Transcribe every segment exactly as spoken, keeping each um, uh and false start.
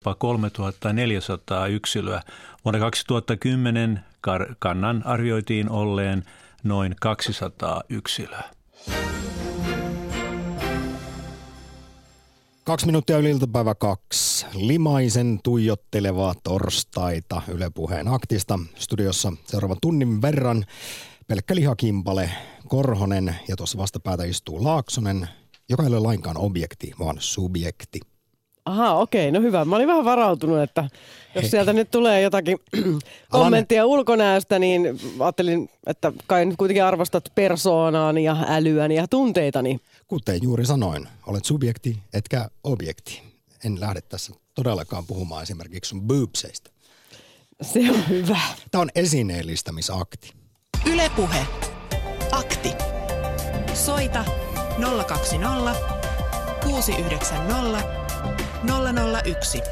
kolmetuhattaneljäsataa yksilöä. Vuonna kaksituhattakymmenen kannan arvioitiin olleen noin kaksisataa yksilöä. Kaksi minuuttia yli iltapäivä kaksi. Limaisen tuijottelevaa torstaita Yle Puheen aktista. Studiossa seuraavan tunnin verran pelkkä lihakimpale Korhonen ja tuossa vastapäätä istuu Laaksonen, joka ei ole lainkaan objekti, vaan subjekti. Aha, okei, no hyvä. Mä olin vähän varautunut, että jos Hei. sieltä nyt tulee jotakin kommenttia Alan... ulkonäöstä, niin ajattelin, että kai nyt kuitenkin arvostat persoonaani ja älyäni ja tunteitani. Kuten juuri sanoin, olet subjekti etkä objekti. En lähde tässä todellakaan puhumaan esimerkiksi sun boobseista. Se on hyvä. Tämä on esineellistämisakti. Yle Puhe. Akti. Soita nolla kaksi nolla kuusi yhdeksän nolla nolla nolla yksi.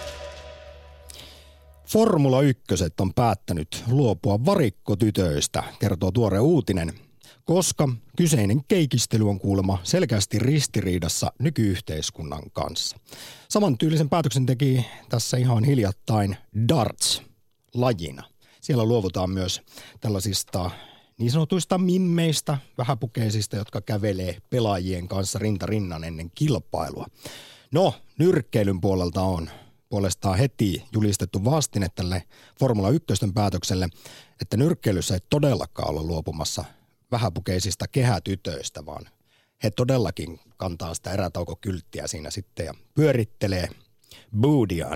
Formula yksi on päättänyt luopua varikkotytöistä, kertoo tuore uutinen, koska kyseinen keikistely on kuulemma selkeästi ristiriidassa nykyyhteiskunnan kanssa. Samantyylisen päätöksen teki tässä ihan hiljattain darts-lajina. Siellä luovutaan myös tällaisista niin sanotuista mimmeistä, vähäpukeisista, jotka kävelee pelaajien kanssa rinta rinnan ennen kilpailua. No, nyrkkeilyn puolelta on puolestaan heti julistettu vastine tälle Formula yksi päätökselle, että nyrkkeilyssä ei todellakaan olla luopumassa vähäpukeisista kehätytöistä, vaan he todellakin kantaa sitä erätaukokylttiä siinä sitten ja pyörittelee boodyaan.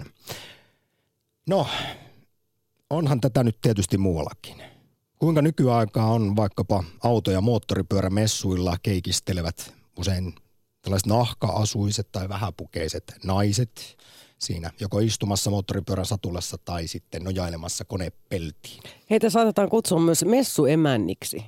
No, onhan tätä nyt tietysti muuallakin. Kuinka nykyaikaa on vaikkapa auto- ja moottoripyörämessuilla keikistelevät usein tällaiset nahka-asuiset tai vähäpukeiset naiset siinä joko istumassa moottoripyörän satulassa tai sitten nojailemassa konepeltiin. Heitä saatetaan kutsua myös messuemänniksi.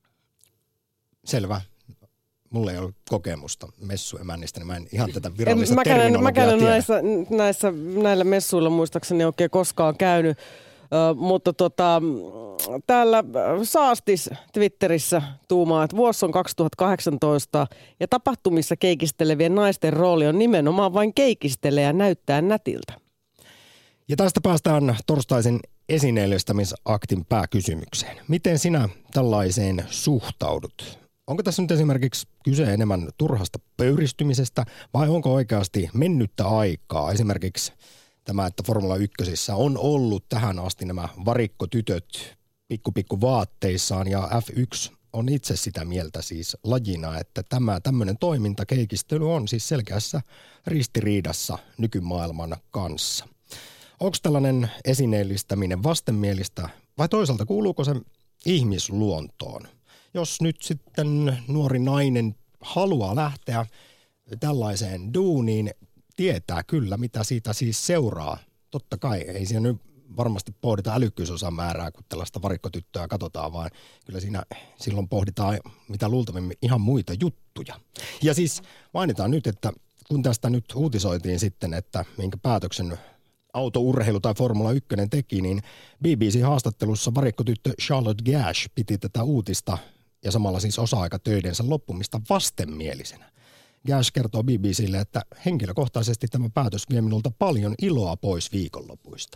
Selvä. Mulla ei ole kokemusta messuemännistä, niin mä en ihan tätä virallista terminologiaa mä käyn tiedä. Näissä, näissä, näillä messuilla muistaakseni oikein koskaan käynyt. Ö, mutta tota, täällä Saastis Twitterissä tuumaa, että vuosi on kaksituhattakahdeksantoista ja tapahtumissa keikistelevien naisten rooli on nimenomaan vain keikistellä ja näyttää nätiltä. Ja tästä päästään torstaisen esineellistämisaktin pääkysymykseen. Miten sinä tällaiseen suhtaudut? Onko tässä nyt esimerkiksi kyse enemmän turhasta pöyristymisestä vai onko oikeasti mennyttä aikaa? Esimerkiksi tämä, että Formula ykkösissä on ollut tähän asti nämä varikkotytöt pikku pikku vaatteissaan ja F yksi on itse sitä mieltä siis lajina, että tämä tämmöinen toiminta, keikistely on siis selkeässä ristiriidassa nykymaailman kanssa. Onko tällainen esineellistäminen vastenmielistä vai toisaalta kuuluuko se ihmisluontoon? Jos nyt sitten nuori nainen haluaa lähteä tällaiseen duuniin, tietää kyllä, mitä siitä siis seuraa. Totta kai, ei siinä nyt varmasti pohdita älykkyysosan määrää, kun tällaista varikkotyttöä katsotaan, vaan kyllä siinä silloin pohditaan mitä luultavimmin ihan muita juttuja. Ja siis mainitaan nyt, että kun tästä nyt uutisoitiin sitten, että minkä päätöksen autourheilu tai Formula yksi teki, niin B B C-haastattelussa varikkotyttö Charlotte Gash piti tätä uutista ja samalla siis osa-aikatöidensä loppumista vastenmielisenä. Gash kertoo B B C:lle, että henkilökohtaisesti tämä päätös vie minulta paljon iloa pois viikonlopuista.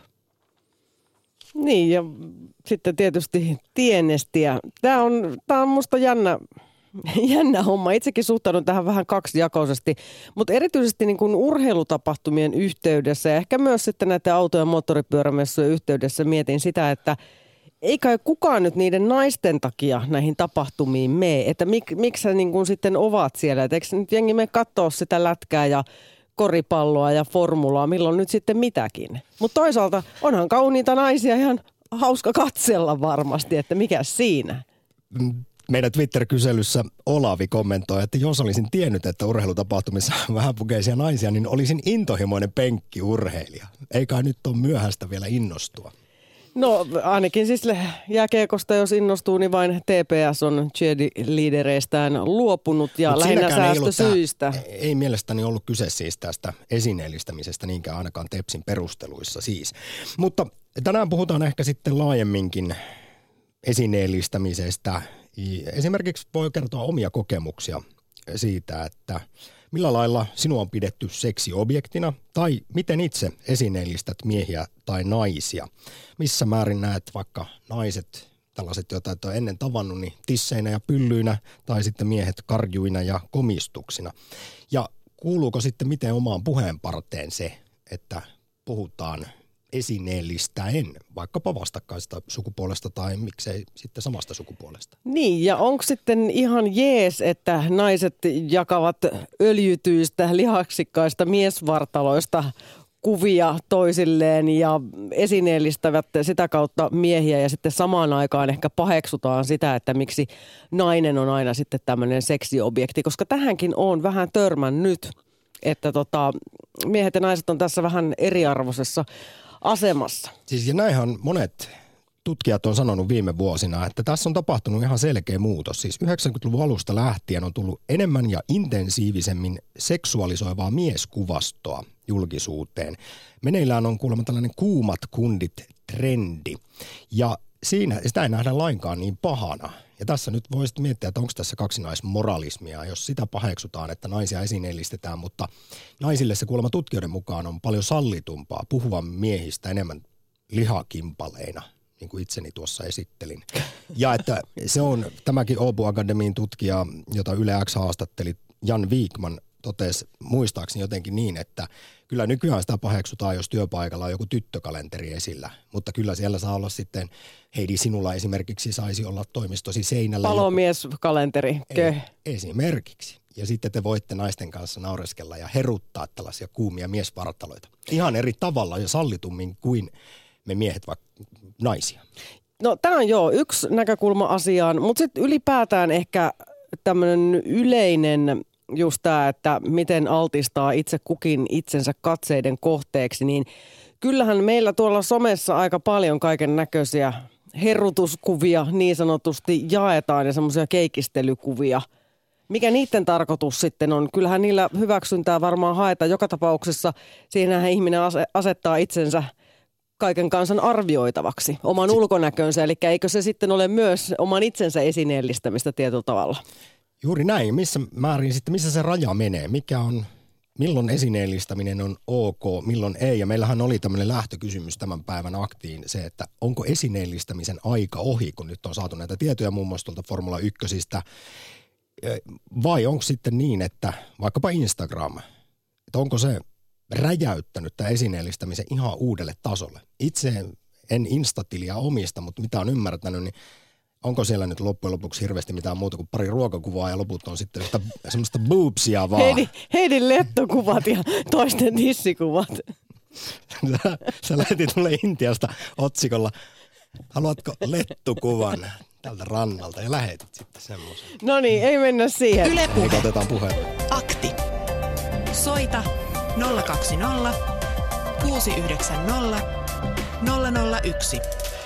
Niin ja sitten tietysti tienestiä. Tämä on, tämä on musta jännä, jännä homma. Itsekin suhtaudun tähän vähän kaksijakoisesti, mutta erityisesti niin kuin urheilutapahtumien yhteydessä ja ehkä myös sitten näiden auto- ja moottoripyörämessujen yhteydessä mietin sitä, että ei kai kukaan nyt niiden naisten takia näihin tapahtumiin mene, että mik, miksi he niin kuin sitten ovat siellä. Et eikö nyt jengi mene katsoa sitä lätkää ja koripalloa ja formulaa, milloin nyt sitten mitäkin. Mutta toisaalta onhan kauniita naisia ihan hauska katsella varmasti, että mikä siinä. Meidän Twitter-kyselyssä Olavi kommentoi, että jos olisin tiennyt, että urheilutapahtumissa on vähäpukeisia naisia, niin olisin intohimoinen penkkiurheilija. Eikä nyt ole myöhäistä vielä innostua. No ainakin siis jääkiekosta, jos innostuu, niin vain T P S on cheerleadereistään luopunut ja Mut lähinnä säästösyistä. Ei, ei mielestäni ollut kyse siis tästä esineellistämisestä niinkään ainakaan Tepsin perusteluissa siis. Mutta tänään puhutaan ehkä sitten laajemminkin esineellistämisestä. Esimerkiksi voi kertoa omia kokemuksia siitä, että Millä lailla sinua on pidetty seksiobjektina tai miten itse esineellistät miehiä tai naisia? Missä määrin näet vaikka naiset, tällaiset, joita et ole ennen tavannut, niin tisseinä ja pyllyinä tai sitten miehet karjuina ja komistuksina? Ja kuuluuko sitten miten omaan puheenparteen se, että puhutaan esineellistäen vaikkapa vastakkaista sukupuolesta tai miksei sitten samasta sukupuolesta? Niin, ja onko sitten ihan jees, että naiset jakavat öljytyistä, lihaksikkaista miesvartaloista kuvia toisilleen ja esineellistävät sitä kautta miehiä ja sitten samaan aikaan ehkä paheksutaan sitä, että miksi nainen on aina sitten tämmöinen seksiobjekti, koska tähänkin on vähän törmännyt, että tota, miehet ja naiset on tässä vähän eriarvoisessa asemassa. Siis ja näinhän monet tutkijat on sanonut viime vuosina, että tässä on tapahtunut ihan selkeä muutos. Siis yhdeksänkymmentäluvun alusta lähtien on tullut enemmän ja intensiivisemmin seksuaalisoivaa mieskuvastoa julkisuuteen. Meneillään on kuulemma tällainen kuumat kundit trendi ja siinä sitä ei nähdä lainkaan niin pahana. Ja tässä nyt voisi miettiä, että onko tässä kaksinaismoralismia, jos sitä paheksutaan, että naisia esineellistetään, mutta naisille se kuulemma tutkijoiden mukaan on paljon sallitumpaa puhua miehistä enemmän lihakimpaleina, niin kuin itseni tuossa esittelin. Ja että se on tämäkin Åbo Akademin tutkija, jota Yle X haastatteli, Jan Wikman, totesi muistaakseni jotenkin niin, että kyllä nykyään sitä paheksutaan, jos työpaikalla on joku tyttökalenteri esillä, mutta kyllä siellä saa olla sitten, Heidi, sinulla esimerkiksi saisi olla toimistosi seinällä. Palomieskalenteri, kö? Esimerkiksi. Ja sitten te voitte naisten kanssa naureskella ja heruttaa tällaisia kuumia miesvartaloita. Ihan eri tavalla ja sallitummin kuin me miehet vaikka naisia. No tämä on joo yksi näkökulma asiaan, mutta sitten ylipäätään ehkä tämmöinen yleinen just tämä, että miten altistaa itse kukin itsensä katseiden kohteeksi, niin kyllähän meillä tuolla somessa aika paljon kaiken näköisiä herrutuskuvia niin sanotusti jaetaan ja semmoisia keikistelykuvia. Mikä niiden tarkoitus sitten on? Kyllähän niillä hyväksyntää varmaan haetaan joka tapauksessa. Siinähän ihminen asettaa itsensä kaiken kansan arvioitavaksi, oman ulkonäkönsä. Eli eikö se sitten ole myös oman itsensä esineellistämistä tietyllä tavalla? Juuri näin. Missä määrin sitten, missä se raja menee? Mikä on, milloin esineellistäminen on ok, milloin ei? Ja meillähän oli tämmöinen lähtökysymys tämän päivän aktiin se, että onko esineellistämisen aika ohi, kun nyt on saatu näitä tietoja muun muassa tuolta Formula ykkösistä. Vai onko sitten niin, että vaikkapa Instagram, että onko se räjäyttänyt tämän esineellistämisen ihan uudelle tasolle? Itse en Instatiliä omista, mutta mitä on ymmärtänyt, niin onko siellä nyt loppujen lopuksi hirveästi mitään muuta kuin pari ruokakuvaa ja loput on sitten sitä, semmoista boobsia vaan? Heidi, Heidin lettokuvat ja toisten tissikuvat. Sä, sä lähetit mulle Intiasta otsikolla, haluatko lettukuvan tältä rannalta ja lähetit sitten semmoisen. No niin, ei mennä siihen. Yle Puhe. Eikä otetaan puheen. Akti. Soita nolla kaksi nolla kuusi yhdeksän nolla nolla nolla yksi.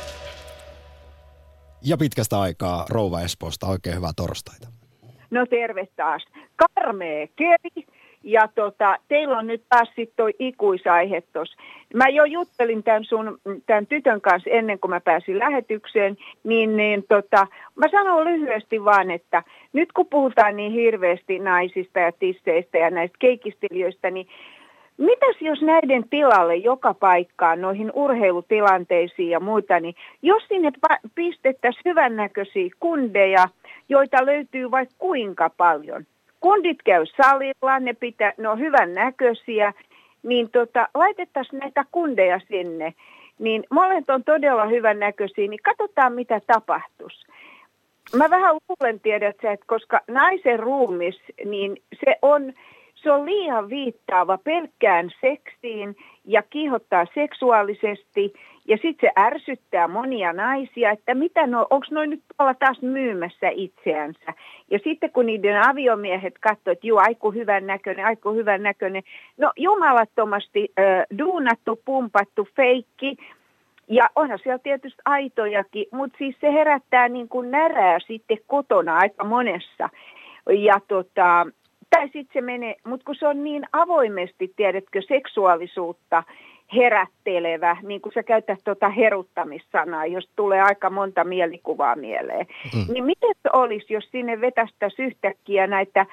Ja pitkästä aikaa Rouva Espoosta oikein hyvää torstaita. No terve taas. Karmea keli ja tota, teillä on nyt taas sitten toi ikuisaihe tossa. Mä jo juttelin tämän sun tämän tytön kanssa ennen kuin mä pääsin lähetykseen, niin, niin tota, mä sanon lyhyesti vaan, että nyt kun puhutaan niin hirveästi naisista ja tisseistä ja näistä keikistelijöistä, niin mitäs jos näiden tilalle joka paikkaan, noihin urheilutilanteisiin ja muuta, niin jos sinne pistettäisiin hyvännäköisiä kundeja, joita löytyy vaikka kuinka paljon. Kundit käy salilla, ne, pitää, ne on hyvännäköisiä, niin tota, laitettaisiin näitä kundeja sinne. Niin molemmat on todella hyvännäköisiä, niin katsotaan mitä tapahtuisi. Mä vähän luulen, tiedät sä, että koska naisen ruumis, niin se on... Se on liian viittaava pelkkään seksiin ja kiihottaa seksuaalisesti ja sitten se ärsyttää monia naisia, että mitä no, onko noin nyt tuolla taas myymässä itseänsä. Ja sitten kun niiden aviomiehet katsoo, että juu, aiku hyvän näköinen, aiku hyvän näköinen, no jumalattomasti äh, duunattu, pumpattu, feikki. Ja onhan siellä tietysti aitojakin, mutta siis se herättää niin kuin närää sitten kotona aika monessa. Ja tota... Tai sitten se menee, mutta kun se on niin avoimesti, tiedätkö, seksuaalisuutta herättelevä, niin kuin sä käytät tuota heruttamissanaa, jos tulee aika monta mielikuvaa mieleen. Mm. Niin miten se olisi, jos sinne vetästäisiin yhtäkkiä näitä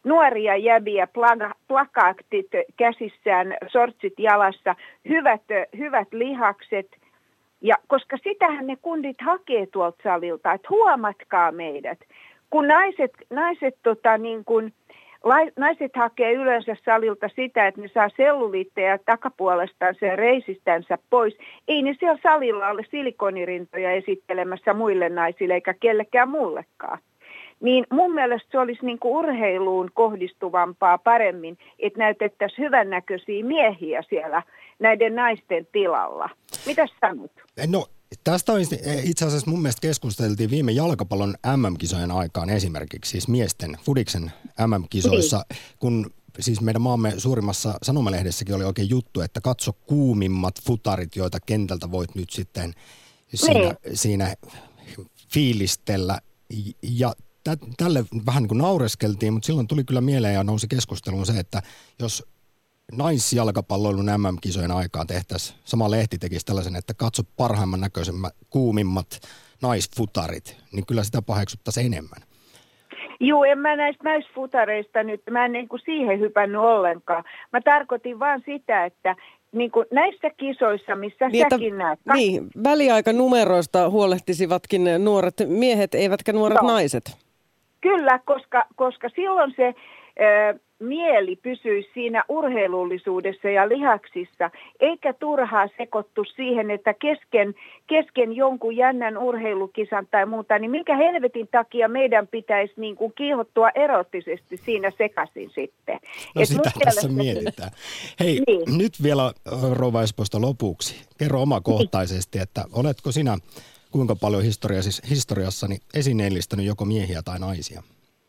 nuoria jäbiä, plakaattit käsissään, sortsit jalassa, hyvät, hyvät lihakset. Ja koska sitähän ne kundit hakee tuolta salilta, että huomatkaa meidät. Kun naiset, naiset, tota, niin kun, naiset hakee yleensä salilta sitä, että ne saa selluliitteja takapuolestansa ja reisistänsä pois. Ei ne siellä salilla ole silikonirintoja esittelemässä muille naisille eikä kellekään muullekaan. Niin mun mielestä se olisi niin kuin urheiluun kohdistuvampaa paremmin, että näytettäisiin hyvännäköisiä miehiä siellä näiden naisten tilalla. Mitäs sanot? No tästä on itse asiassa mun mielestä keskusteltiin viime jalkapallon M M-kisojen aikaan esimerkiksi, siis miesten Fudiksen M M-kisoissa, niin. Kun siis meidän maamme suurimmassa sanomalehdessäkin oli oikein juttu, että katso kuumimmat futarit, joita kentältä voit nyt sitten siinä, niin. siinä fiilistellä ja tälle vähän niin kuin naureskeltiin, mutta silloin tuli kyllä mieleen ja nousi keskusteluun se, että jos naisjalkapalloilun M M-kisojen aikaan tehtäisiin, sama lehti tekisi tällaisen, että katso parhaimman näköisemmät, kuumimmat naisfutarit, niin kyllä sitä paheksuttaisiin enemmän. Joo, en mä näistä naisfutareista nyt, mä en niin kuin siihen hypännyt ollenkaan. Mä tarkoitin vaan sitä, että niin kuin näissä kisoissa, missä niin, säkin näet. Ka- niin, väliaikanumeroista huolehtisivatkin nuoret miehet, eivätkä nuoret no. naiset. Kyllä, koska, koska silloin se ö, mieli pysyisi siinä urheilullisuudessa ja lihaksissa, eikä turhaa sekoittu siihen, että kesken, kesken jonkun jännän urheilukisan tai muuta, niin minkä helvetin takia meidän pitäisi niin kuin kiihottua erottisesti siinä sekaisin sitten. No Et sitä tässä mietitään. Hei, niin. Nyt vielä rouva Espoosta lopuksi. Kerro omakohtaisesti, että oletko sinä kuinka paljon historiassa, historiassani esineellistänyt joko miehiä tai naisia?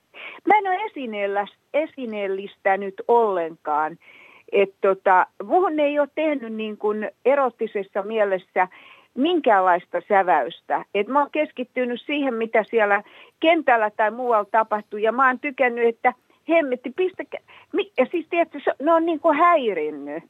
Mä en ole esineellistänyt ollenkaan. Että tota, muhun ei ole tehnyt niin kuin erottisessa mielessä minkäänlaista säväystä. Et mä oon keskittynyt siihen, mitä siellä kentällä tai muualla tapahtuu. Ja mä oon tykännyt, että hemmetti, pistäkää. Ja siis tiedätkö, ne on niin kuin häirinnyt.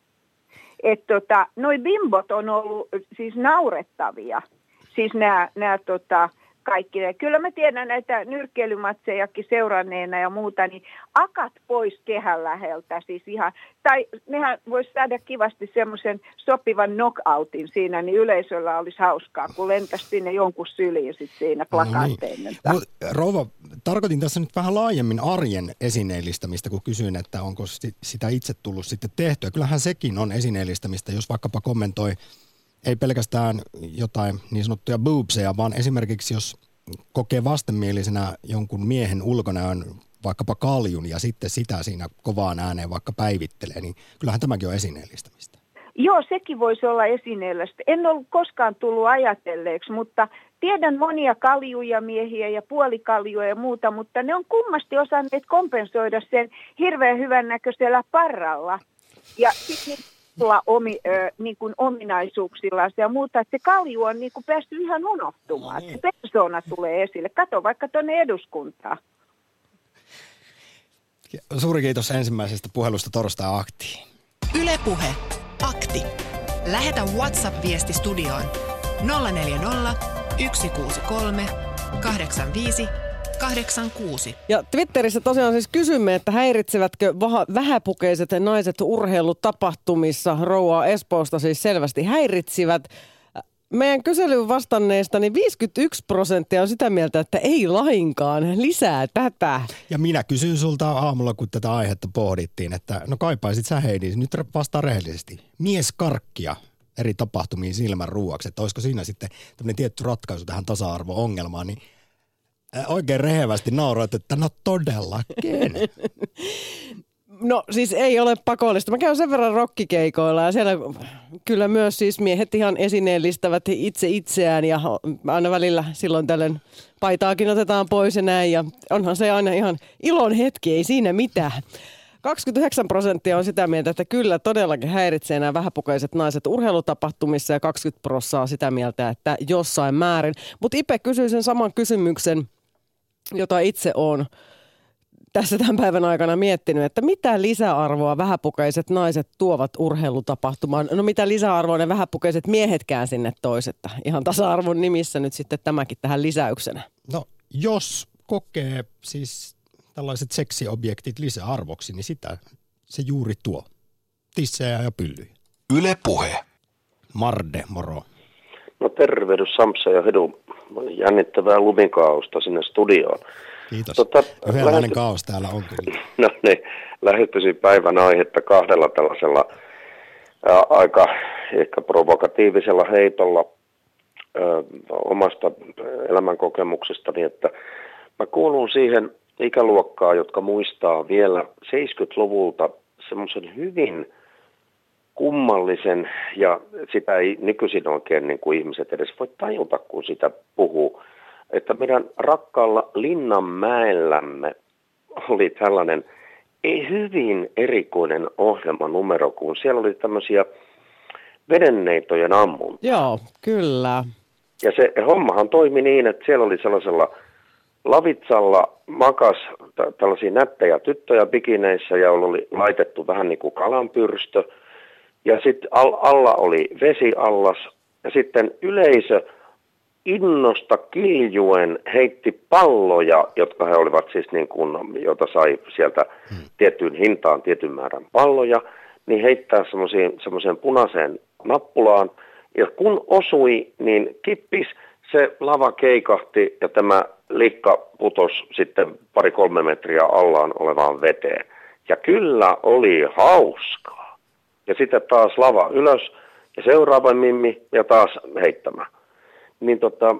Että tota, noi bimbot on ollut siis naurettavia. Siis nämä, nämä tota, kaikki. Kyllä mä tiedän näitä nyrkkeilymatsejakin seuranneena ja muuta, niin akat pois kehän läheltä. Siis ihan, tai nehän voisi saada kivasti semmoisen sopivan knockoutin siinä, niin yleisöllä olisi hauskaa, kun lentäisi sinne jonkun syliin sit siinä plakaatteinen. No niin. Rouva, tarkoitin tässä nyt vähän laajemmin arjen esineellistämistä, kun kysyin, että onko sitä itse tullut sitten tehtyä. Kyllähän sekin on esineellistämistä, jos vaikkapa kommentoi ei pelkästään jotain niin sanottuja boobseja, vaan esimerkiksi jos kokee vastenmielisenä jonkun miehen ulkonäön vaikkapa kaljun ja sitten sitä siinä kovaan ääneen vaikka päivittelee, niin kyllähän tämäkin on esineellistämistä. Joo, sekin voisi olla esineellistä. En ollut koskaan tullut ajatelleeksi, mutta tiedän monia kaljuja miehiä ja puolikaljuja ja muuta, mutta ne on kummasti osanneet kompensoida sen hirveän hyvän näköisellä parralla. Ja sitten Omi, ö, niin kuin ominaisuuksillaan ja muuta, että se kalju on niin kuin päästy ihan unohtumaan. No niin. Se persoona tulee esille. Kato vaikka tuonne eduskuntaan. Suuri kiitos ensimmäisestä puhelusta torstai-aktiin. Yle Puhe. Akti. Lähetä WhatsApp-viesti studioon nolla neljä nolla, yksi kuusi kolme, kahdeksan viisi, kahdeksan kuusi. Ja Twitterissä tosiaan siis kysymme, että häiritsevätkö vähäpukeiset naiset urheilutapahtumissa. Rouva Espoosta siis selvästi häiritsivät. Meidän kyselyyn vastanneista niin viisikymmentäyksi prosenttia on sitä mieltä, että ei lainkaan. Lisää tätä. Ja minä kysyin sulta aamulla, kun tätä aihetta pohdittiin, että no kaipaisit sä Heidi, nyt vastaa rehellisesti. Mieskarkkia eri tapahtumiin silmän ruuaksi, että olisiko siinä sitten tämmöinen tietty ratkaisu tähän tasa-arvo-ongelmaan, niin oikein rehevästi nauroit, että no todellakin. No siis ei ole pakollista. Mä käyn sen verran rokkikeikoilla ja siellä kyllä myös siis miehet ihan esineellistävät itse itseään ja aina välillä silloin tällöin paitaakin otetaan pois ja näin. Ja onhan se aina ihan ilon hetki, ei siinä mitään. kaksikymmentäyhdeksän prosenttia on sitä mieltä, että kyllä todellakin häiritsee nämä vähäpukeiset naiset urheilutapahtumissa ja kaksikymmentä prosenttia on sitä mieltä, että jossain määrin. Mutta Ipe kysyi sen saman kysymyksen, jota itse olen tässä tämän päivän aikana miettinyt, että mitä lisäarvoa vähäpukeiset naiset tuovat urheilutapahtumaan? No mitä lisäarvoa ne vähäpukeiset miehetkään sinne toisetta? Ihan tasa-arvon nimissä nyt sitten tämäkin tähän lisäyksenä. No jos kokee siis tällaiset seksiobjektit lisäarvoksi, niin sitä se juuri tuo. Tissejä ja pyllyjä. Yle Puhe. Marde, moro. No tervehdys Samsa ja Hedu. Jännittävää lumikausta sinne studioon. Kiitos. Tota, Yhdenlainen lähetty... kaos täällä on kyllä. No niin, lähettyisin päivän aihetta kahdella tällaisella ää, aika ehkä provokatiivisella heitolla ää, omasta elämänkokemuksestani, että mä kuulun siihen ikäluokkaan, jotka muistaa vielä seitsemänkymmentäluvulta semmoisen hyvin kummallisen, ja sitä ei nykyisin oikein niin kuin ihmiset edes voi tajuta, kun sitä puhuu, että meidän rakkaalla Linnanmäellämme oli tällainen ei hyvin erikoinen ohjelmanumero, kun siellä oli tämmöisiä vedenneitojen ammunta. Joo, kyllä. Ja se hommahan toimi niin, että siellä oli sellaisella lavitsalla makas t- tällaisia nättejä tyttöjä bikineissä ja oli laitettu vähän niin kuin kalanpyrstö. Ja sitten al- alla oli vesiallas ja sitten yleisö innosta kiljuen heitti palloja, jotka he olivat siis niin kuin, jota sai sieltä hmm. tiettyyn hintaan tietyn määrän palloja, niin heittää semmoiseen punaiseen nappulaan. Ja kun osui, niin kippis, se lava keikahti ja tämä likka putosi sitten pari-kolme metriä allaan olevaan veteen. Ja kyllä oli hauskaa. Ja sitten taas lava ylös ja seuraava mimmi ja taas heittämä. Niin tota,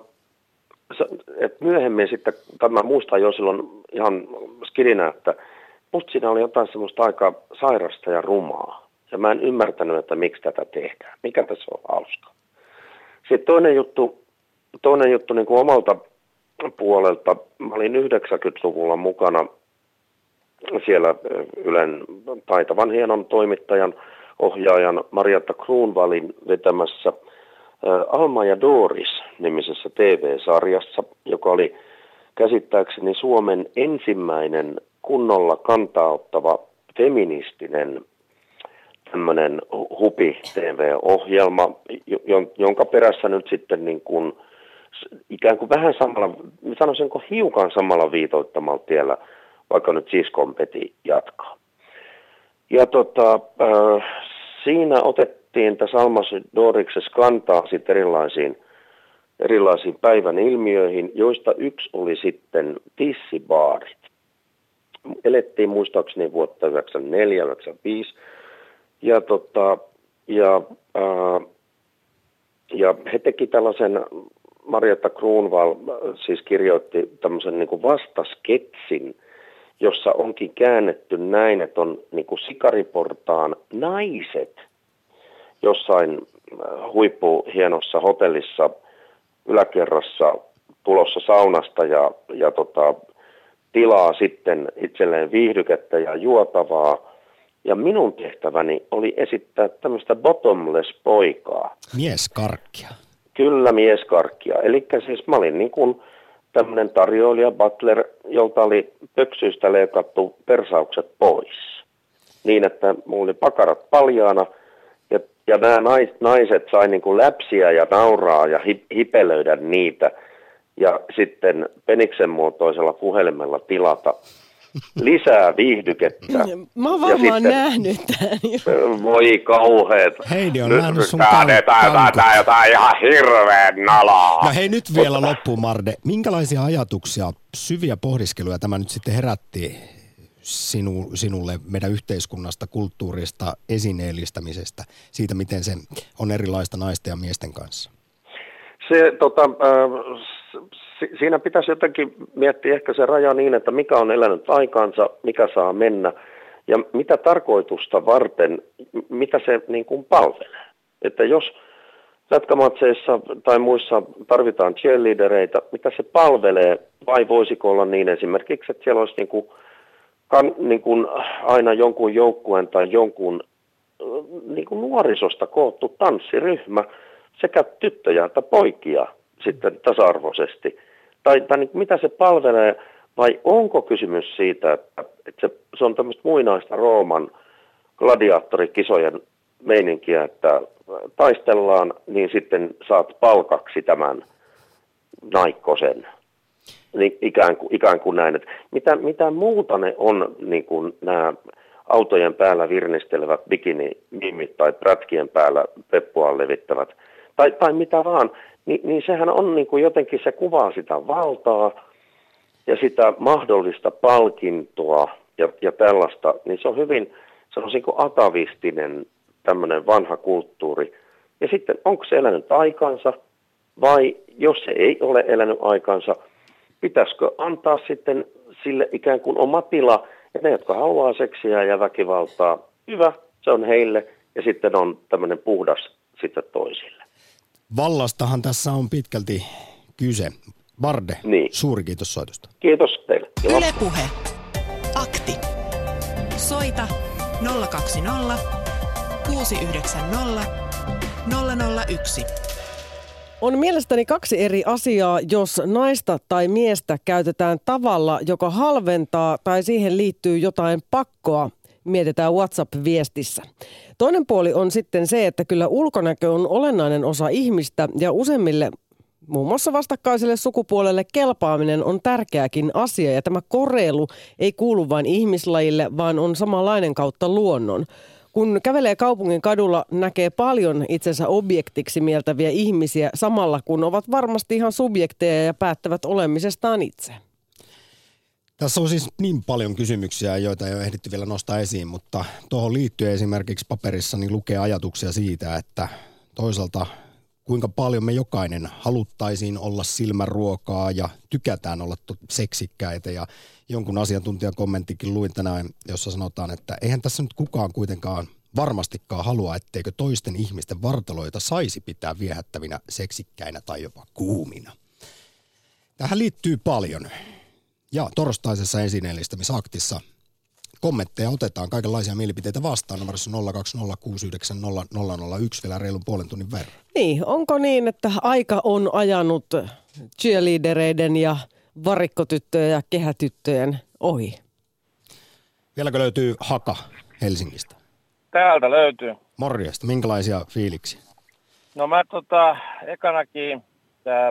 et myöhemmin sitten, tai mä muistan jo silloin ihan skidinä, että musta siinä oli jotain semmoista aika sairasta ja rumaa. Ja mä en ymmärtänyt, että miksi tätä tehdään. Mikä tässä on hauskaa. Sitten toinen juttu, toinen juttu niin kuin omalta puolelta. Mä olin yhdeksänkymmentäluvulla mukana siellä Ylen taitavan hienon toimittajan, ohjaajan Marjatta Kruunvalin vetämässä Alma ja Doris -nimisessä T V-sarjassa, joka oli käsittääkseni Suomen ensimmäinen kunnolla kantaa ottava feministinen tämmöinen hupi-T V-ohjelma, jonka perässä nyt sitten niin kuin, ikään kuin vähän samalla, sanoisinko hiukan samalla viitoittamalla tiellä, vaikka nyt siskon peti jatkaa. Ja tota, äh, siinä otettiin tässä Almas Doriksessa kantaa sitten erilaisiin, erilaisiin päivän ilmiöihin, joista yksi oli sitten tissibaarit. Elettiin muistaakseni vuotta yhdeksänkymmentäneljä yhdeksänkymmentäviisi. Ja, tota, ja, ää, ja he teki tällaisen, Marjatta Kruunval siis kirjoitti tämmöisen niin kuin vastasketsin, jossa onkin käännetty näin, että on niin kuin Sikariportaan naiset jossain huippuhienossa hotellissa yläkerrassa tulossa saunasta ja, ja tota, tilaa sitten itselleen viihdykettä ja juotavaa. Ja minun tehtäväni oli esittää tämmöistä bottomless-poikaa. Mieskarkkia. Kyllä, mieskarkkia. Eli siis mä olin niin kuin tämmöinen tarjoilija, butler, jolta oli pöksyistä leikattu persaukset pois. Niin, että mulla oli pakarat paljaana ja, ja nämä nais, naiset sai niin kuin läpsiä ja nauraa ja hip, hipelöidä niitä. Ja sitten peniksen muotoisella puhelimella tilata lisää viihdykettä. Mä oon varmaan nähnyt tämän. Voi kauheet. Heidi on nähnyt sun Tää jotain ihan hirveän nalaa. No hei, nyt vielä loppuun, Marde. Minkälaisia ajatuksia, syviä pohdiskeluja tämä nyt sitten herätti sinu, sinulle meidän yhteiskunnasta, kulttuurista, esineellistämisestä, siitä miten se on erilaista naisten ja miesten kanssa? Se, tota, äh, siinä pitäisi jotenkin miettiä ehkä se raja niin, että mikä on elänyt aikaansa, mikä saa mennä ja mitä tarkoitusta varten, mitä se niin kuin palvelee. Että jos lätkämatseissa tai muissa tarvitaan cheerleadereita, mitä se palvelee vai voisiko olla niin esimerkiksi, että siellä olisi niin kuin, kan, niin kuin aina jonkun joukkueen tai jonkun niin kuin nuorisosta koottu tanssiryhmä, sekä tyttöjä että poikia sitten tasa-arvoisesti. Tai, tai niin, mitä se palvelee, vai onko kysymys siitä, että, että se, se on tämmöistä muinaista Rooman gladiaattorikisojen meininkiä, että taistellaan, niin sitten saat palkaksi tämän naikkosen. Niin ikään kuin, ikään kuin näin, että mitä, mitä muuta ne on niin kuin nämä autojen päällä virnistelevät bikini-mimit tai prätkien päällä peppua levittävät tai, tai mitä vaan, niin, niin sehän on niin kuin jotenkin, se kuvaa sitä valtaa ja sitä mahdollista palkintoa ja, ja tällaista, niin se on hyvin, se on niin kuin atavistinen tämmöinen vanha kulttuuri. Ja sitten onko se elänyt aikansa vai jos se ei ole elänyt aikansa, pitäisikö antaa sitten sille ikään kuin oma tila, ja ne, jotka haluaa seksiä ja väkivaltaa, hyvä, se on heille, ja sitten on tämmöinen puhdas sitten toisille. Vallastahan tässä on pitkälti kyse. Barde, niin. Suuri kiitos soitosta. Kiitos teille. Yle Puhe. Akti. Soita nolla kaksi nolla kuusi yhdeksän nolla nolla nolla yksi. On mielestäni kaksi eri asiaa, jos naista tai miestä käytetään tavalla, joka halventaa tai siihen liittyy jotain pakkoa, mietitään WhatsApp-viestissä. Toinen puoli on sitten se, että kyllä ulkonäkö on olennainen osa ihmistä ja useimmille, muun muassa vastakkaiselle sukupuolelle kelpaaminen on tärkeäkin asia ja tämä koreilu ei kuulu vain ihmislajille, vaan on samanlainen kautta luonnon. Kun kävelee kaupungin kadulla, näkee paljon itsensä objektiksi mieltäviä ihmisiä samalla, kun ovat varmasti ihan subjekteja ja päättävät olemisestaan itse. Tässä on siis niin paljon kysymyksiä, joita ei ole ehditty vielä nostaa esiin, mutta tuohon liittyen esimerkiksi paperissani lukee ajatuksia siitä, että toisaalta kuinka paljon me jokainen haluttaisiin olla silmänruokaa ja tykätään olla seksikkäitä. Ja jonkun asiantuntijan kommenttikin luin tänään, jossa sanotaan, että eihän tässä nyt kukaan kuitenkaan varmastikaan halua, etteikö toisten ihmisten vartaloita saisi pitää viehättävinä, seksikkäinä tai jopa kuumina. Tähän liittyy paljon. Ja torstaisessa esineellistämisaktissa kommentteja otetaan, kaikenlaisia mielipiteitä vastaan numerossa nolla kaksi nolla kuusi yhdeksän nolla nolla nolla yksi vielä reilun puolen tunnin verran. Niin, onko niin, että aika on ajanut cheerleadereiden ja varikkotyttöjen ja kehätyttöjen ohi? Vieläkö löytyy Haka Helsingistä? Täältä löytyy. Morjesta, minkälaisia fiiliksiä? No mä tota, ekanakin, tää,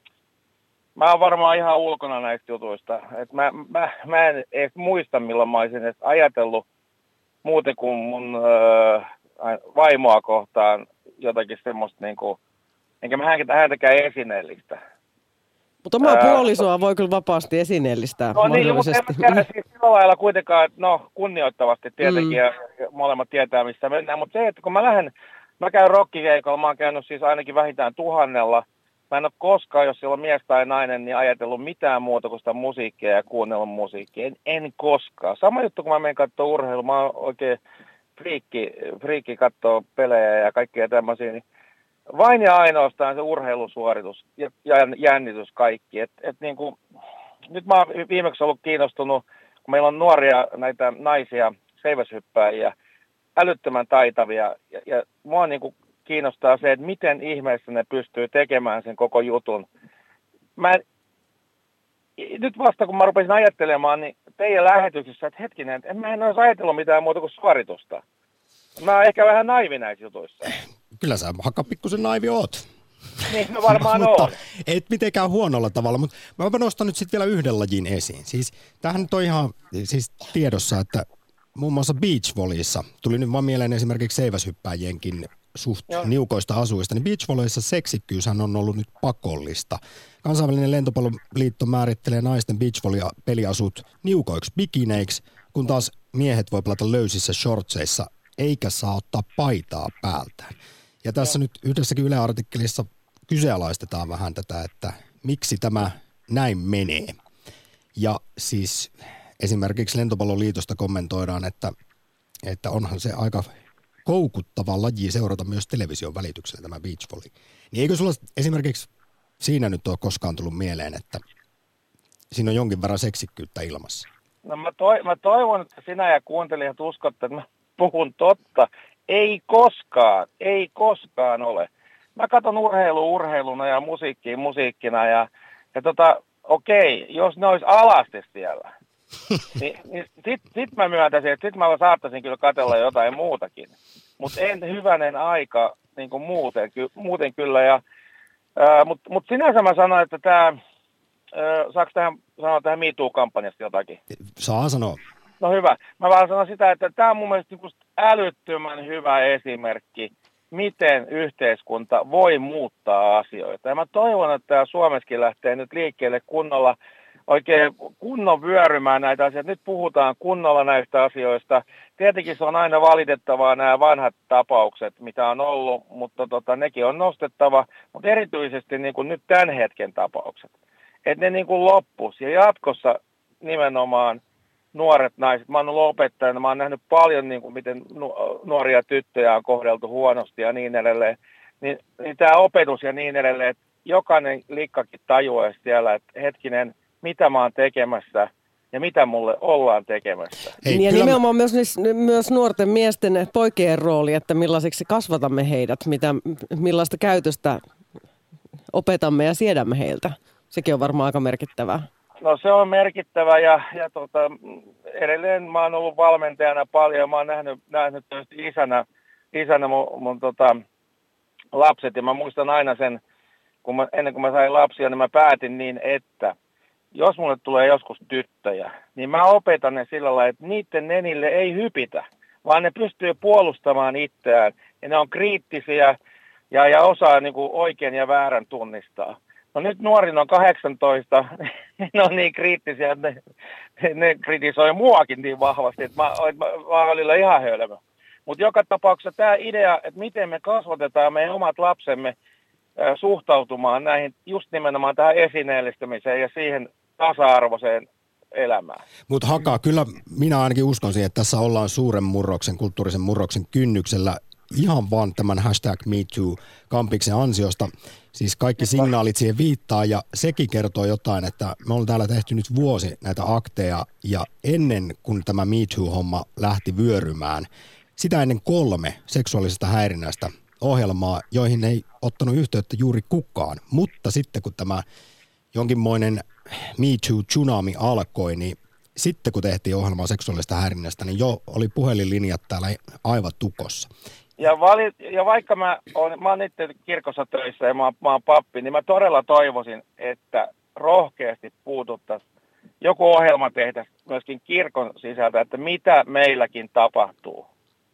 mä oon varmaan ihan ulkona näistä jutuista. Et mä, mä, mä en edes muista, milloin mä olisin edes ajatellut muuten kuin mun öö, vaimoa kohtaan jotakin semmoista niinku, enkä mä häntäkään esineellistä. Mutta omaa puolisoa voi kyllä vapaasti esineellistää no mahdollisesti. niin, mutta en siis sillä lailla kuitenkaan, no kunnioittavasti tietenkin mm. ja molemmat tietää missä mennään, mutta se, että kun mä lähden, mä käyn rockikeikolla, mä oon käynyt siis ainakin vähintään tuhannella, mä en ole koskaan, jos siellä on mies tai nainen, niin ajatellut mitään muuta kuin sitä musiikkia ja kuunnellut musiikkia, en, en koskaan. Sama juttu, kun mä menen katsoa urheilua, mä oon oikein friikki, friikki katsoo pelejä ja kaikkea tämmöisiä, niin vain ja ainoastaan se urheilusuoritus ja, ja jännitys kaikki. Et, et niin kuin, nyt mä oon viimeksi ollut kiinnostunut, kun meillä on nuoria näitä naisia seiväshyppääjiä, älyttömän taitavia. Ja, ja mua niin kuin kiinnostaa se, että miten ihmeessä ne pystyy tekemään sen koko jutun. Mä, nyt vasta kun mä rupesin ajattelemaan, niin teidän lähetyksessä, että hetkinen, en mä en olisi ajatellut mitään muuta kuin suoritusta. Mä oon ehkä vähän naivi näissä jutuissa. Kyllä sä Haka pikkusen naivi oot. Niin mä varmaan mutta oon. Et mitenkään huonolla tavalla, mutta mä nostan nyt sitten vielä yhden lajin esiin. Siis tämähän nyt on ihan siis tiedossa, että muun muassa beachvolleyssa, tuli nyt vaan mieleen esimerkiksi seiväshyppääjienkin suht Joo. niukoista asuista, niin beachvolleyssa seksikkyyshän on ollut nyt pakollista. Kansainvälinen lentopalloliitto määrittelee naisten beachvolley-peliasut niukoiksi bikineiksi, kun taas miehet voi pelata löysissä shortseissa eikä saa ottaa paitaa päältään. Ja tässä nyt yhdessäkin Yle-artikkelissa kyseenalaistetaan vähän tätä, että miksi tämä näin menee. Ja siis esimerkiksi Lentopalloliitosta kommentoidaan, että, että onhan se aika koukuttava laji seurata myös television välityksellä tämä beach volley. Niin eikö sulla esimerkiksi siinä nyt ole koskaan tullut mieleen, että siinä on jonkin verran seksikkyyttä ilmassa? No mä, toi, mä toivon, että sinä ja kuuntelijat uskotte, että mä puhun totta. Ei koskaan, ei koskaan ole. Mä katson urheilu urheiluna ja musiikkiin musiikkina ja, ja tota, okei, jos ne olisi alasti siellä, niin, niin sit, sit mä myöntäisin, että sit mä saattaisin kyllä katsella jotain muutakin. Mutta en hyvänen aika niin kuin muuten, ky, muuten kyllä. Ja, ää, mut, mut sinänsä mä sanoin, että tämä saako tähän sanoa tähän Me Too-kampanjasta jotakin? Saa sanoa. No hyvä. Mä vaan sanon sitä, että tämä on mun mielestä niin älyttömän hyvä esimerkki, miten yhteiskunta voi muuttaa asioita. Ja mä toivon, että tämä Suomessakin lähtee nyt liikkeelle kunnolla, oikein kunnon vyörymään näitä asioita. Nyt puhutaan kunnolla näistä asioista. Tietenkin se on aina valitettavaa nämä vanhat tapaukset, mitä on ollut, mutta tota, nekin on nostettava. Mutta erityisesti niin kuin nyt tämän hetken tapaukset. Että ne niin kuin loppus ja jatkossa nimenomaan nuoret naiset. Mä oon ollut opettajana, mä oon nähnyt paljon, niin kuin miten nuoria tyttöjä on kohdeltu huonosti ja niin edelleen. Niin, niin tämä opetus ja niin edelleen, että jokainen likkakin tajuaisi siellä, että hetkinen, mitä mä oon tekemässä ja mitä mulle ollaan tekemässä. Hei, ja nimenomaan mä... myös, myös nuorten miesten poikien rooli, että millaiseksi kasvatamme heidät, mitä, millaista käytöstä opetamme ja siedämme heiltä. Sekin on varmaan aika merkittävää. No se on merkittävä ja, ja tota, edelleen mä oon ollut valmentajana paljon. Mä oon nähnyt, nähnyt isänä, isänä mun, mun tota, lapset ja mä muistan aina sen, kun mä, ennen kuin mä sain lapsia, niin mä päätin niin, että jos mulle tulee joskus tyttöjä, niin mä opetan ne sillä lailla, että niiden nenille ei hypitä, vaan ne pystyy puolustamaan itseään ja ne on kriittisiä ja, ja osaa niin kuin oikein ja väärän tunnistaa. No nyt nuorin on kahdeksantoista, ne on niin kriittisiä, että ne, ne kritisoi muakin niin vahvasti, että mä, mä, mä olin ihan hölmö. Mutta joka tapauksessa tämä idea, että miten me kasvatetaan meidän omat lapsemme äh, suhtautumaan näihin, just nimenomaan tähän esineellistämiseen ja siihen tasa-arvoiseen elämään. Mutta Haka, kyllä minä ainakin uskon siihen, että tässä ollaan suuren murroksen, kulttuurisen murroksen kynnyksellä ihan vaan tämän hashtag MeToo-kampiksen ansiosta. Siis kaikki signaalit siihen viittaa ja sekin kertoo jotain, että me ollaan täällä tehty nyt vuosi näitä akteja ja ennen kuin tämä MeToo-homma lähti vyörymään, sitä ennen kolme seksuaalisesta häirinnästä ohjelmaa, joihin ei ottanut yhteyttä juuri kukaan. Mutta sitten kun tämä jonkinmoinen MeToo-tsunami alkoi, niin sitten kun tehtiin ohjelmaa seksuaalisesta häirinnästä, niin jo oli puhelinlinjat täällä aivan tukossa. Ja, vali, ja vaikka mä oon, mä oon itse kirkossa töissä ja mä oon, mä oon pappi, niin mä todella toivoisin, että rohkeasti puututtaisiin. Joku ohjelma tehtäisiin myöskin kirkon sisältä, että mitä meilläkin tapahtuu.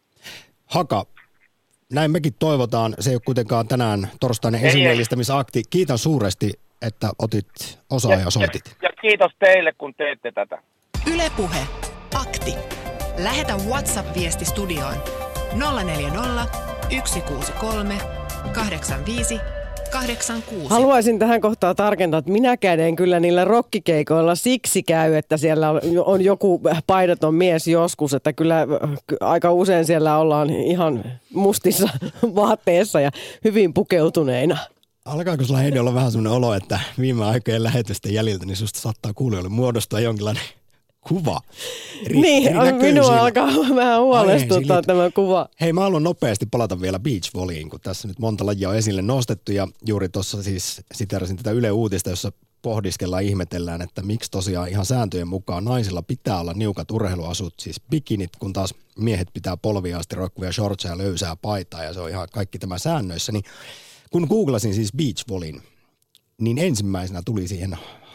Haka, näin mekin toivotaan. Se ei ole kuitenkaan tänään torstainen esineellistämisakti. Kiitän suuresti, että otit osaa ja, ja soitit. Ja, ja kiitos teille, kun teette tätä. Yle Puhe. Akti. Lähetä WhatsApp-viesti studioon nolla neljä nolla, yksi kuusi kolme, kahdeksan viisi, kahdeksan kuusi. Haluaisin tähän kohtaan tarkentaa, että minäkään en kyllä niillä rokkikeikoilla siksi käy, että siellä on joku paidaton mies joskus, että kyllä aika usein siellä ollaan ihan mustissa vaatteissa ja hyvin pukeutuneina. Alkaako sulla Heidi olla vähän sellainen olo, että viime aikojen lähetysten jäljiltä niin susta saattaa kuulijoille muodostua jonkinlainen kuva? Eri, niin, eri minua alkaa vähän huolestuttaa Ai, tämä kuva. Hei, mä haluan nopeasti palata vielä beach volleyin, kun tässä nyt monta lajia on esille nostettu ja juuri tuossa siis siteerasin tätä Yle Uutista, jossa pohdiskellaan, ihmetellään, että miksi tosiaan ihan sääntöjen mukaan naisilla pitää olla niukat urheiluasut, siis bikinit, kun taas miehet pitää polvia asti roikkuvia shortseja ja löysää paitaa ja se on ihan kaikki tämä säännöissä, niin kun googlasin siis beach volleyn, niin ensimmäisenä tuli siihen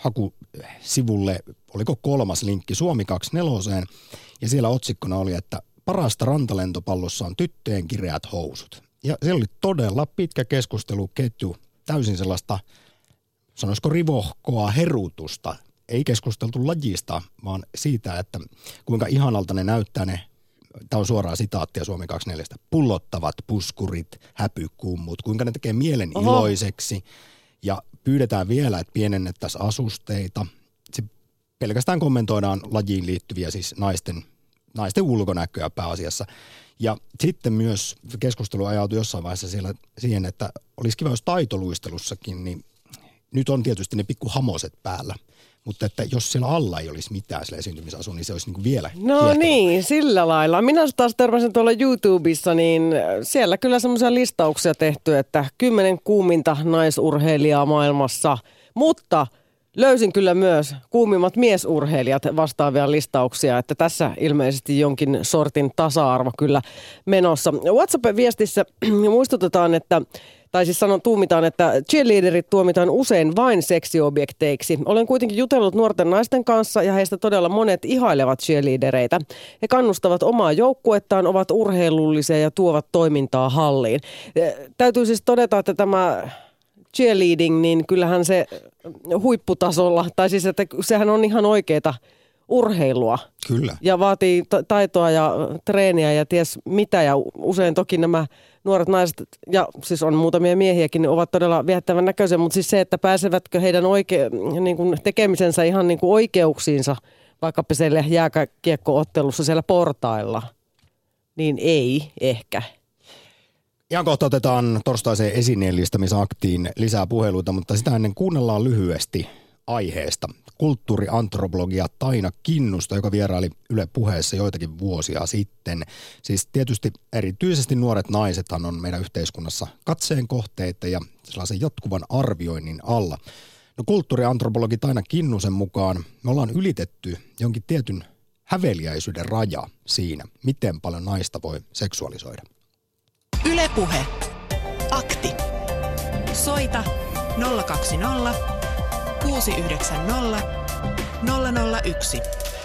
hakusivulle, oliko kolmas linkki Suomi kaksikymmentäneljä, ja siellä otsikkona oli, että parasta rantalentopallossa on tyttöjen kireät housut. Ja se oli todella pitkä keskusteluketju, täysin sellaista, sanoisiko rivohkoa herutusta. Ei keskusteltu lajista, vaan siitä, että kuinka ihanalta ne näyttää ne, tämä on suoraa sitaattia Suomi kaksikymmentäneljä, pullottavat puskurit, häpykummut, kuinka ne tekee mielen Oho. iloiseksi. Ja pyydetään vielä, että pienennettäisiin asusteita. Se pelkästään kommentoidaan lajiin liittyviä siis naisten, naisten ulkonäköä pääasiassa. Ja sitten myös keskustelu ajautui jossain vaiheessa siellä siihen, että olisi kiva, jos taitoluistelussakin, niin nyt on tietysti ne pikku hamoset päällä. Mutta että jos siellä alla ei olisi mitään sillä esiintymisasu, niin se olisi niin kuin vielä No kiehtova. niin, sillä lailla. Minä taas törmäsin tuolla YouTubessa, niin siellä kyllä semmoisia listauksia tehty, että kymmenen kuuminta naisurheilijaa maailmassa. Mutta löysin kyllä myös kuumimmat miesurheilijat vastaavia listauksia, että tässä ilmeisesti jonkin sortin tasa-arvo kyllä menossa. WhatsApp-viestissä muistutetaan, että tai siis sanon, tuumitaan, että cheerleaderit tuomitaan usein vain seksiobjekteiksi. Olen kuitenkin jutellut nuorten naisten kanssa ja heistä todella monet ihailevat cheerleadereitä. He kannustavat omaa joukkuettaan, ovat urheilullisia ja tuovat toimintaa halliin. Täytyy siis todeta, että tämä cheerleading, niin kyllähän se huipputasolla, tai siis että sehän on ihan oikeeta urheilua. Kyllä. Ja vaatii taitoa ja treeniä ja ties mitä, ja usein toki nämä nuoret naiset, ja siis on muutamia miehiäkin, niin ovat todella viehättävän näköisiä, mutta siis se, että pääsevätkö heidän oike- niin kuin tekemisensä ihan niin kuin oikeuksiinsa, vaikkapa siellä jääkiekko-ottelussa siellä portailla, niin ei ehkä. Ihan kohta otetaan torstaiseen esineellistämisaktiin lisää puheluita, mutta sitä ennen kuunnellaan lyhyesti aiheesta. Kulttuuriantropologia Taina Kinnusta, joka vieraili Yle Puheessa joitakin vuosia sitten. Siis tietysti erityisesti nuoret naisethan on meidän yhteiskunnassa katseen kohteita ja sellaisen jatkuvan arvioinnin alla. No kulttuuriantropologi Taina Kinnusen mukaan me ollaan ylitetty jonkin tietyn häveliäisyyden raja siinä, miten paljon naista voi seksuaalisoida. Yle Puhe. Akti. Soita nolla kaksi nolla kuusi yhdeksän nolla nolla nolla yksi.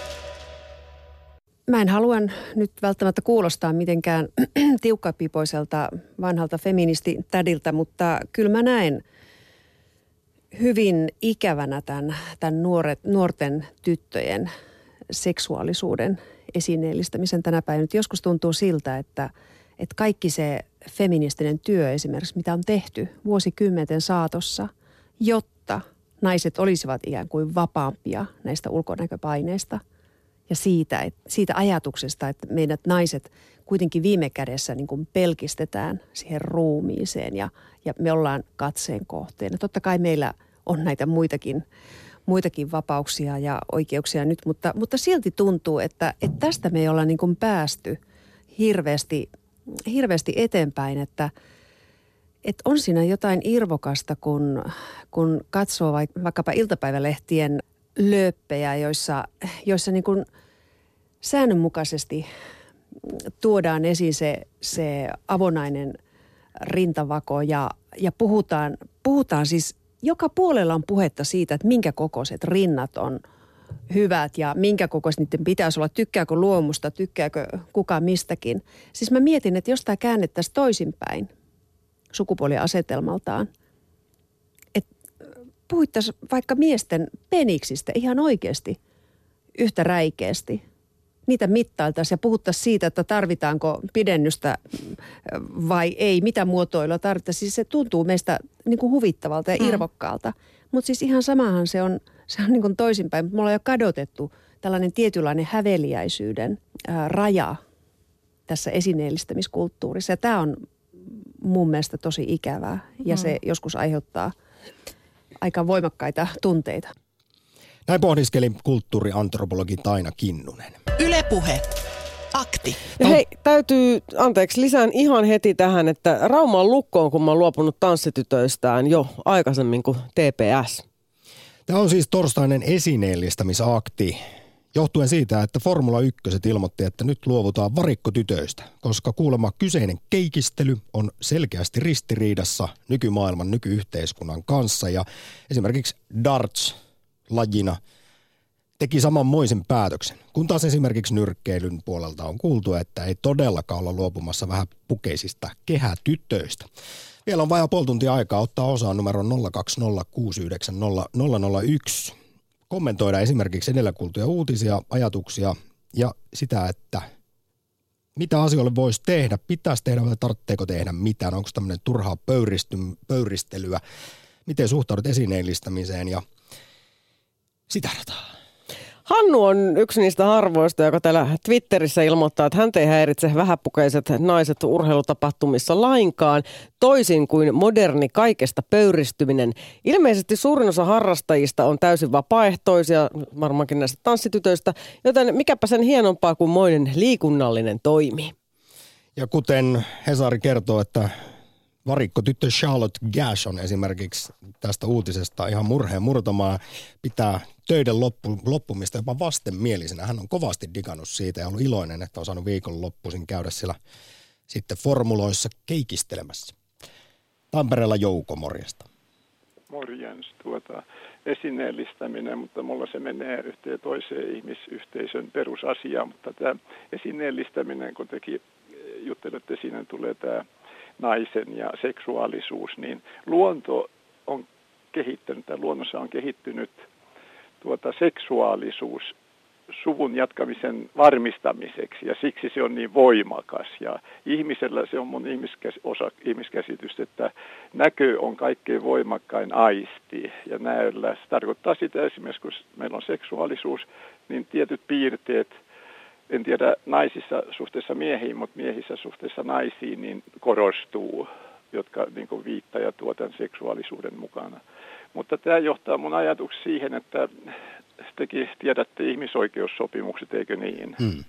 Mä en halua nyt välttämättä kuulostaa mitenkään tiukkapipoiselta vanhalta feministitädiltä, mutta kyllä mä näen hyvin ikävänä tämän, tämän nuoret, nuorten tyttöjen seksuaalisuuden esineellistämisen tänä päivänä. Nyt joskus tuntuu siltä, että, että kaikki se feministinen työ esimerkiksi, mitä on tehty vuosikymmenten saatossa, jotta naiset olisivat ikään kuin vapaampia näistä ulkonäköpaineista ja siitä, että, siitä ajatuksesta, että meidät naiset kuitenkin viime kädessä niin kuin pelkistetään siihen ruumiiseen ja, ja me ollaan katseen kohteena. Totta kai meillä on näitä muitakin, muitakin vapauksia ja oikeuksia nyt, mutta, mutta silti tuntuu, että, että tästä me ei olla niin kuin päästy hirveästi, hirveästi eteenpäin, että Että on siinä jotain irvokasta, kun, kun katsoo vaikkapa iltapäivälehtien lööppejä, joissa, joissa niin kuin säännönmukaisesti tuodaan esiin se, se avonainen rintavako ja, ja puhutaan, puhutaan siis, joka puolella on puhetta siitä, että minkä kokoiset rinnat on hyvät ja minkä kokoiset niiden pitäisi olla, tykkääkö luomusta, tykkääkö kuka mistäkin. Siis mä mietin, että jos tämä käännettäisiin toisinpäin sukupuoliasetelmaltaan, että puhuttaisiin vaikka miesten peniksistä ihan oikeasti yhtä räikeästi. Niitä mittailtaisiin ja puhuttaisiin siitä, että tarvitaanko pidennystä vai ei, mitä muotoilua tarvittaisiin. Siis se tuntuu meistä niin kuin huvittavalta ja irvokkaalta. Mm. Mutta siis ihan samahan se on, se on niin kuin toisinpäin. Me ollaan jo kadotettu tällainen tietynlainen häveliäisyyden ää, raja tässä esineellistämiskulttuurissa. Ja tämä on mun mielestä tosi ikävää ja mm. se joskus aiheuttaa aika voimakkaita tunteita. Näin pohdiskeli kulttuuriantropologi Taina Kinnunen. Yle Puhe. Akti. Ja hei, täytyy, anteeksi, lisään ihan heti tähän, että Rauma on lukkoon, kun mä oon luopunut tanssitytöistään jo aikaisemmin kuin T P S. Tämä on siis torstainen esineellistämisakti, johtuen siitä, että Formula yksi ilmoitti, että nyt luovutaan varikkotytöistä, koska kuulemma kyseinen keikistely on selkeästi ristiriidassa nykymaailman, nykyyhteiskunnan kanssa. Ja esimerkiksi darts-lajina teki samanmoisen päätöksen, kun taas esimerkiksi nyrkkeilyn puolelta on kuultu, että ei todellakaan olla luopumassa vähän pukeisista kehätytöistä. Vielä on vajaa puoli tuntia aikaa ottaa osaa numeron nolla kaksi nolla kuusi yhdeksän nolla nolla nolla yksi. Kommentoida esimerkiksi edellä kuultuja uutisia, ajatuksia ja sitä, että mitä asioille voisi tehdä, pitäisi tehdä vai tarvitseeko tehdä mitään, onko tämmöinen turhaa pöyristelyä, miten suhtaudut esineellistämiseen ja sitä rataa. Hannu on yksi niistä harvoista, joka täällä Twitterissä ilmoittaa, että hän ei häiritse vähäpukeiset naiset urheilutapahtumissa lainkaan, toisin kuin moderni kaikesta pöyristyminen. Ilmeisesti suurin osa harrastajista on täysin vapaaehtoisia, varmaankin näistä tanssitytöistä, joten mikäpä sen hienompaa kuin moinen liikunnallinen toimi. Ja kuten Hesari kertoo, että varikkotyttö Charlotte Gash on esimerkiksi tästä uutisesta ihan murheen murtamaa, pitää töiden loppu, loppumista jopa vastenmielisenä. Hän on kovasti digannut siitä ja ollut iloinen, että on saanut viikonloppuisin käydä siellä sitten formuloissa keikistelemässä. Tampereella Jouko, morjesta. Morjens, tuota, esineellistäminen, mutta mulla se menee yhteen toiseen ihmisyhteisön perusasiaan, mutta tämä esineellistäminen, kun tekin juttelette, siinä tulee tämä naisen ja seksuaalisuus, niin luonto on kehittynyt, tai luonnossa on kehittynyt tuota seksuaalisuus suvun jatkamisen varmistamiseksi, ja siksi se on niin voimakas. Ja ihmisellä se on mun ihmiskäs- osa ihmiskäsitys, että näkö on kaikkein voimakkain aisti, ja näöllä se tarkoittaa sitä esimerkiksi, kun meillä on seksuaalisuus, niin tietyt piirteet, en tiedä naisissa suhteessa miehiin, mutta miehissä suhteessa naisiin, niin korostuu, jotka niin kuin viittaa ja tuo tämän seksuaalisuuden mukana. Mutta tämä johtaa mun ajatuksia siihen, että tekin tiedätte ihmisoikeussopimukset, eikö niin? Hmm.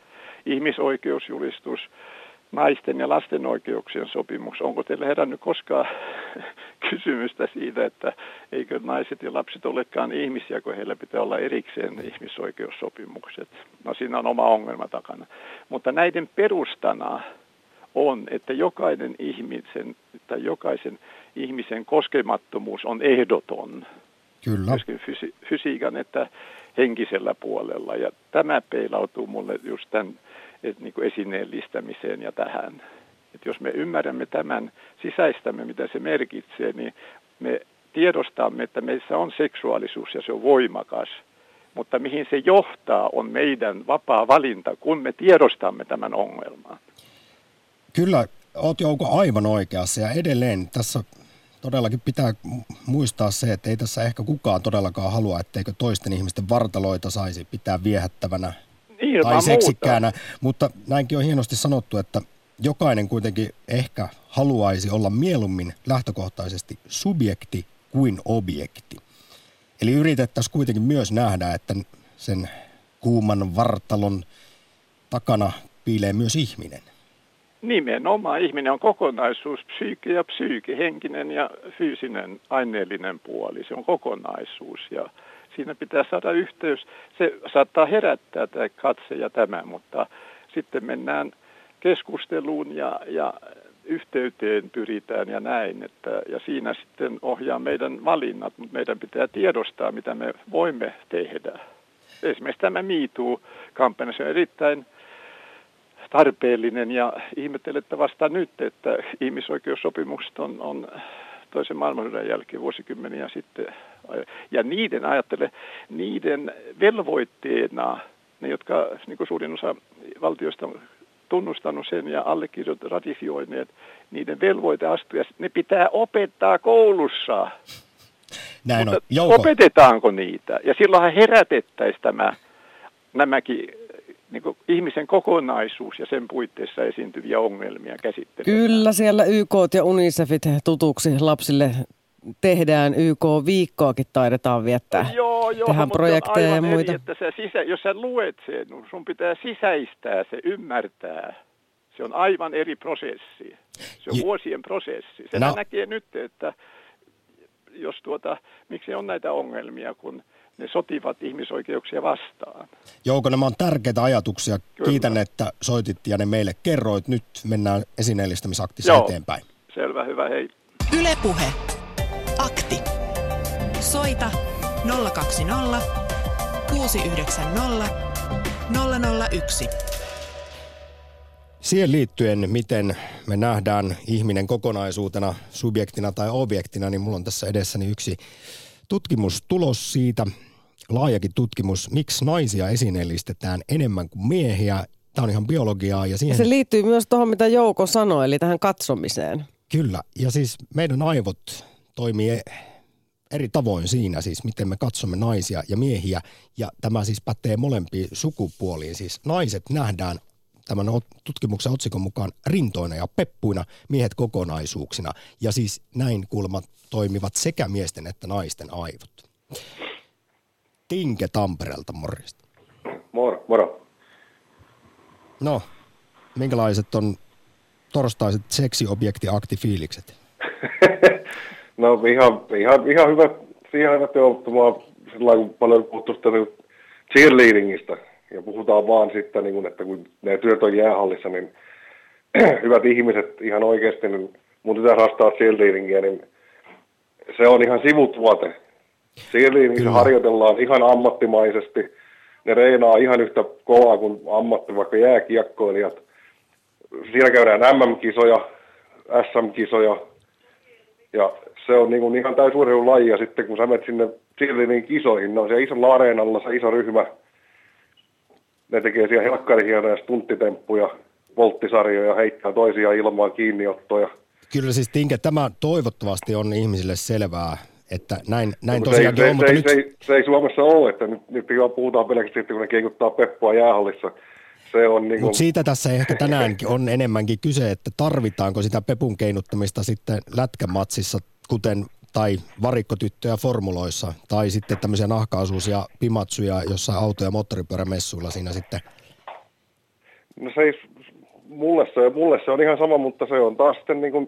Ihmisoikeusjulistus, naisten ja lasten oikeuksien sopimus. Onko teille herännyt koskaan kysymystä siitä, että eikö naiset ja lapset olekaan ihmisiä, kun heillä pitää olla erikseen ihmisoikeussopimukset? No siinä on oma ongelma takana. Mutta näiden perustana on, että jokainen ihmisen tai jokaisen ihmisen koskemattomuus on ehdoton. Kyllä. Myöskin fysi- fysiikan että henkisellä puolella. Ja tämä peilautuu mulle just tämän et, niin kuin esineellistämiseen ja tähän. Et jos me ymmärrämme tämän, sisäistämme mitä se merkitsee, niin me tiedostamme, että meissä on seksuaalisuus ja se on voimakas. Mutta mihin se johtaa on meidän vapaa valinta, kun me tiedostamme tämän ongelman. Kyllä, oot Jouko aivan oikeassa ja edelleen tässä todellakin pitää muistaa se, että ei tässä ehkä kukaan todellakaan halua, etteikö toisten ihmisten vartaloita saisi pitää viehättävänä Ilman tai seksikkäänä. muuta. Mutta näinkin on hienosti sanottu, että jokainen kuitenkin ehkä haluaisi olla mieluummin lähtökohtaisesti subjekti kuin objekti. Eli yritettäisiin kuitenkin myös nähdä, että sen kuuman vartalon takana piilee myös ihminen. Nimenomaan ihminen on kokonaisuus, psyyke ja psyyke, henkinen ja fyysinen aineellinen puoli, se on kokonaisuus ja siinä pitää saada yhteys, se saattaa herättää tämä katse ja tämä, mutta sitten mennään keskusteluun ja, ja yhteyteen pyritään ja näin, että, ja siinä sitten ohjaa meidän valinnat, mutta meidän pitää tiedostaa, mitä me voimme tehdä. Esimerkiksi tämä Me Too-kampanja, se on erittäin tarpeellinen ja ihmettelette vasta nyt, että ihmisoikeussopimukset on, on toisen maailmansodan jälkeen vuosikymmeniä sitten. Ja niiden, ajattele, niiden velvoitteena, ne jotka niin kuin suurin osa valtioista on tunnustanut sen ja allekirjoittanut ratifioineet, niiden velvoite astua, ne pitää opettaa koulussa. Näin on. Opetetaanko niitä? Ja silloinhan herätettäisiin tämä, nämäkin niin kuin ihmisen kokonaisuus ja sen puitteissa esiintyviä ongelmia käsittelemään. Kyllä siellä Y K:t ja UNICEFit tutuksi lapsille tehdään. Y K-viikkoakin taidetaan viettää. Joo, joo, tehdään projekteja ja muita. Eri, että sä sisä, jos sä luet sen, sun pitää sisäistää se, ymmärtää. Se on aivan eri prosessi. Se on J- vuosien prosessi. Se no. näkee nyt, että jos tuota, miksi on näitä ongelmia, kun ne sotivat ihmisoikeuksia vastaan. Jouko, nämä on tärkeitä ajatuksia. Kyllä. Kiitän, että soitit ja ne meille kerroit. Nyt mennään esineellistämisaktissa Joo. eteenpäin. Selvä, hyvä, hei. Yle Puhe. Akti. Soita nolla kaksi nolla kuusi yhdeksän nolla nolla nolla yksi. Siihen liittyen, miten me nähdään ihminen kokonaisuutena, subjektina tai objektina, niin mulla on tässä edessäni yksi tutkimustulos siitä, laajakin tutkimus, miksi naisia esineellistetään enemmän kuin miehiä. Tämä on ihan biologiaa. Ja siihen... Se liittyy myös tuohon, mitä Jouko sanoi, eli tähän katsomiseen. Kyllä, ja siis meidän aivot toimii eri tavoin siinä, siis miten me katsomme naisia ja miehiä, ja tämä siis pätee molempiin sukupuoliin. Siis naiset nähdään tämän tutkimuksen otsikon mukaan rintoina ja peppuina, miehet kokonaisuuksina, ja siis näin kuulemma toimivat sekä miesten että naisten aivot. Tinke Tampereelta, morjesta. Moro, moro. No, minkälaiset on torstaiset seksiobjekti-aktifiilikset? No ihan, ihan, ihan hyvä, ihan hyvä teollisuus. Sillä on paljon puhuttu sitä cheerleadingista. Ja puhutaan vaan sitten, niin kun, että kun ne työt on jäähallissa, niin hyvät ihmiset ihan oikeasti niin mun pitäisi harrastaa cheerleadingia, niin se on ihan sivutuote. Cheerleadingissä harjoitellaan ihan ammattimaisesti. Ne reenaa ihan yhtä kovaa kuin ammatti, vaikka jääkiekkoilijat. Siinä käydään M M-kisoja, S M-kisoja. Ja se on niin kuin ihan täysurheilulaji. Ja sitten kun sä menet sinne cheerleadingin kisoihin, ne on siellä isolla areenalla se iso ryhmä. Ne tekee siellä helkkarihienoja stunttitemppuja, volttisarjoja, heittää toisiaan ilmaan kiinniottoja. Kyllä siis Tinke, tämä toivottavasti on ihmisille selvää, että näin, näin no, tosiaankin se, on. Se, se, nyt... se, ei, se ei Suomessa ole, että nyt, nyt puhutaan pelkästään sitten, kun ne keikuttaa peppua jäähallissa. Se on niin kuin... Mutta siitä tässä ehkä tänäänkin on enemmänkin kyse, että tarvitaanko sitä pepun keinuttamista sitten lätkämatsissa, kuten tai varikkotyttöjä formuloissa, tai sitten tämmöisiä nahkaasuusia pimatsuja jossain auto- ja moottoripyörämessuilla siinä sitten. No se ei, mulle se, mulle se on ihan sama, mutta se on taas sitten niin kuin,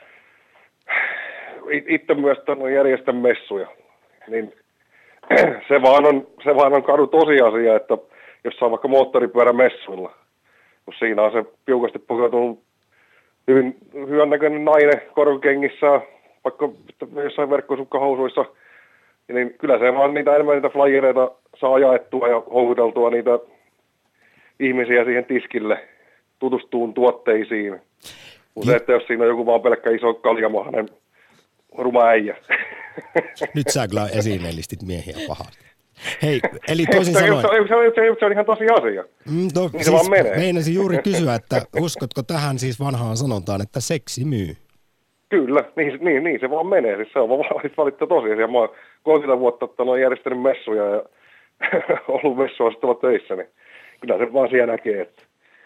itse myös järjestän messuja, niin se vaan on, se vaan on kadu tosiasia, että jossain vaikka moottoripyörämessuilla, kun siinä on se piukasti pukeutunut hyvin hyvän näköinen nainen korkokengissä, vaikka jossain verkkosukkahousuissa, niin kyllä se vaan niitä enemmän niitä flyereita saa jaettua ja houkuteltua niitä ihmisiä siihen tiskille tutustuun tuotteisiin. Mutta se, että jos siinä on joku vaan pelkkä iso kaljamahainen ruma äijä. Nyt sä kyllä esineellistit miehiä pahasti. Hei, eli toisin sanoen... Se, se, se, se on ihan tosi asia. Mm, no, niin siis se vaan menee. Meinasin juuri kysyä, että uskotko tähän siis vanhaan sanontaan, että seksi myy? Kyllä, niin, niin, niin se vaan menee. Siis se on vaan valittu tosiasia. Mä oon kolmekymmentä vuotta ottanut, järjestänyt messuja ja ollut messuostella töissä, niin kyllä se vaan siellä näkee. Että...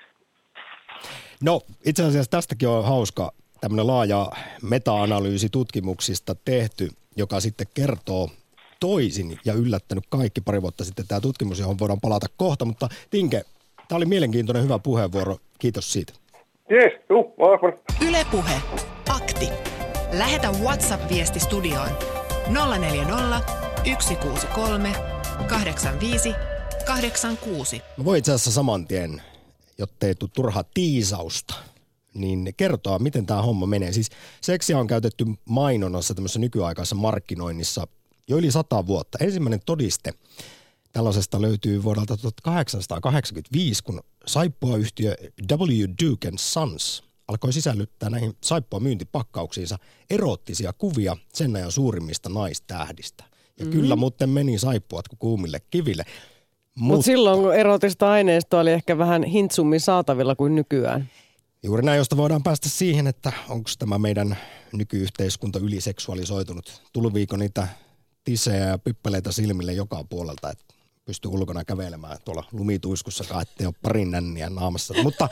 No itse asiassa tästäkin on hauska tämmöinen laaja meta-analyysi tutkimuksista tehty, joka sitten kertoo toisin ja yllättänyt kaikki pari vuotta sitten tämä tutkimus, johon voidaan palata kohta. Mutta Tinke, tämä oli mielenkiintoinen hyvä puheenvuoro. Kiitos siitä. Jees, juu, vaan. Yle Puhe. Akti. Lähetä WhatsApp-viesti studioon nolla neljä nolla, yksi kuusi kolme, kahdeksan viisi, kahdeksan kuusi. Mä voin itse asiassa saman tien, jottei tule turhaa tiisausta, niin kertoa, miten tämä homma menee. Siis seksiä on käytetty mainonnassa tämmöisessä nykyaikaisessa markkinoinnissa jo yli sata vuotta. Ensimmäinen todiste tällaisesta löytyy vuodelta tuhatkahdeksansataakahdeksankymmentäviisi, kun saippuayhtiö W. Duke and Sons alkoi sisällyttää näihin saippua myyntipakkauksiinsa eroottisia kuvia sen ajan suurimmista naistähdistä. Ja mm-hmm. kyllä muuten meni saippuat kuin kuumille kiville. Mut Mutta silloin kun erootista aineistoa oli ehkä vähän hintsummin saatavilla kuin nykyään. Juuri näin, josta voidaan päästä siihen, että onko tämä meidän nykyyhteiskunta yliseksuaalisoitunut. Tulviiko niitä tissejä ja pippeleitä silmille joka puolelta, että pystyy ulkona kävelemään tuolla lumituiskussakaan, ettei ole parin nänniä naamassa. Mutta,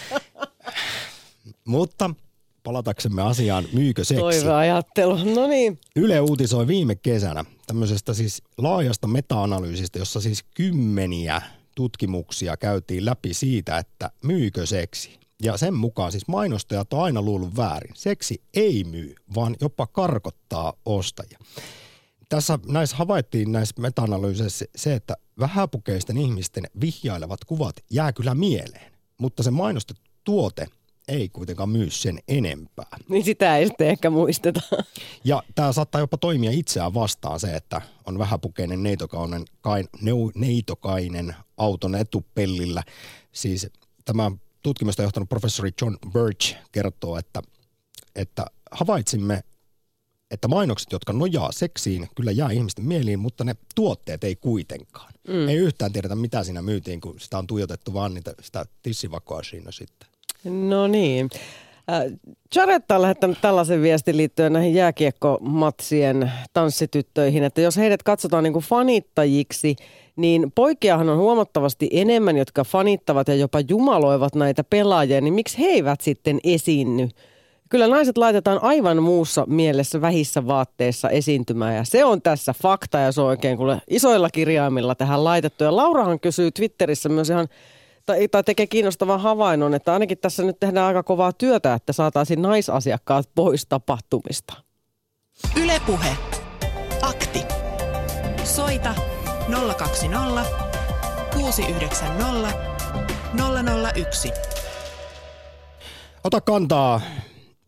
mutta palataksemme asiaan, myykö seksi? Toiveajattelu, no niin. Yle uutisoi viime kesänä tämmöisestä siis laajasta meta-analyysistä, jossa siis kymmeniä tutkimuksia käytiin läpi siitä, että myykö seksi. Ja sen mukaan siis mainostajat on aina luullut väärin. Seksi ei myy, vaan jopa karkottaa ostajia. Tässä näissä havaittiin näissä meta-analyyseissä se, että vähäpukeisten ihmisten vihjailevat kuvat jää kyllä mieleen, mutta se mainostettu tuote ei kuitenkaan myy sen enempää. Niin sitä ei sitten ehkä muisteta. Ja tämä saattaa jopa toimia itseään vastaan se, että on vähäpukeinen neitokainen, kain, neitokainen auton etupellillä. Siis tämä tutkimusta johtanut professori John Birch kertoo, että, että havaitsimme, että mainokset, jotka nojaa seksiin, kyllä jää ihmisten mieliin, mutta ne tuotteet ei kuitenkaan. Mm. Ei yhtään tiedetä, mitä siinä myytiin, kun sitä on tuijotettu vaan niitä, sitä tissivakoa siinä sitten. No niin. Jaretta on lähettänyt tällaisen viestin liittyen näihin jääkiekkomatsien tanssityttöihin, että jos heidät katsotaan niin kuin fanittajiksi, niin poikiahan on huomattavasti enemmän, jotka fanittavat ja jopa jumaloivat näitä pelaajia, niin miksi he eivät sitten esiinny? Kyllä naiset laitetaan aivan muussa mielessä vähissä vaatteissa esiintymään ja se on tässä fakta ja se on oikein kuule isoilla kirjaimilla tähän laitettu. Ja Laurahan kysyy Twitterissä myös ihan, tai, tai tekee kiinnostavan havainnon, että ainakin tässä nyt tehdään aika kovaa työtä, että saataisiin naisasiakkaat pois tapahtumista. Yle Puhe. Akti. Soita nolla kaksi nolla kuusi yhdeksän nolla nolla nolla yksi. Ota kantaa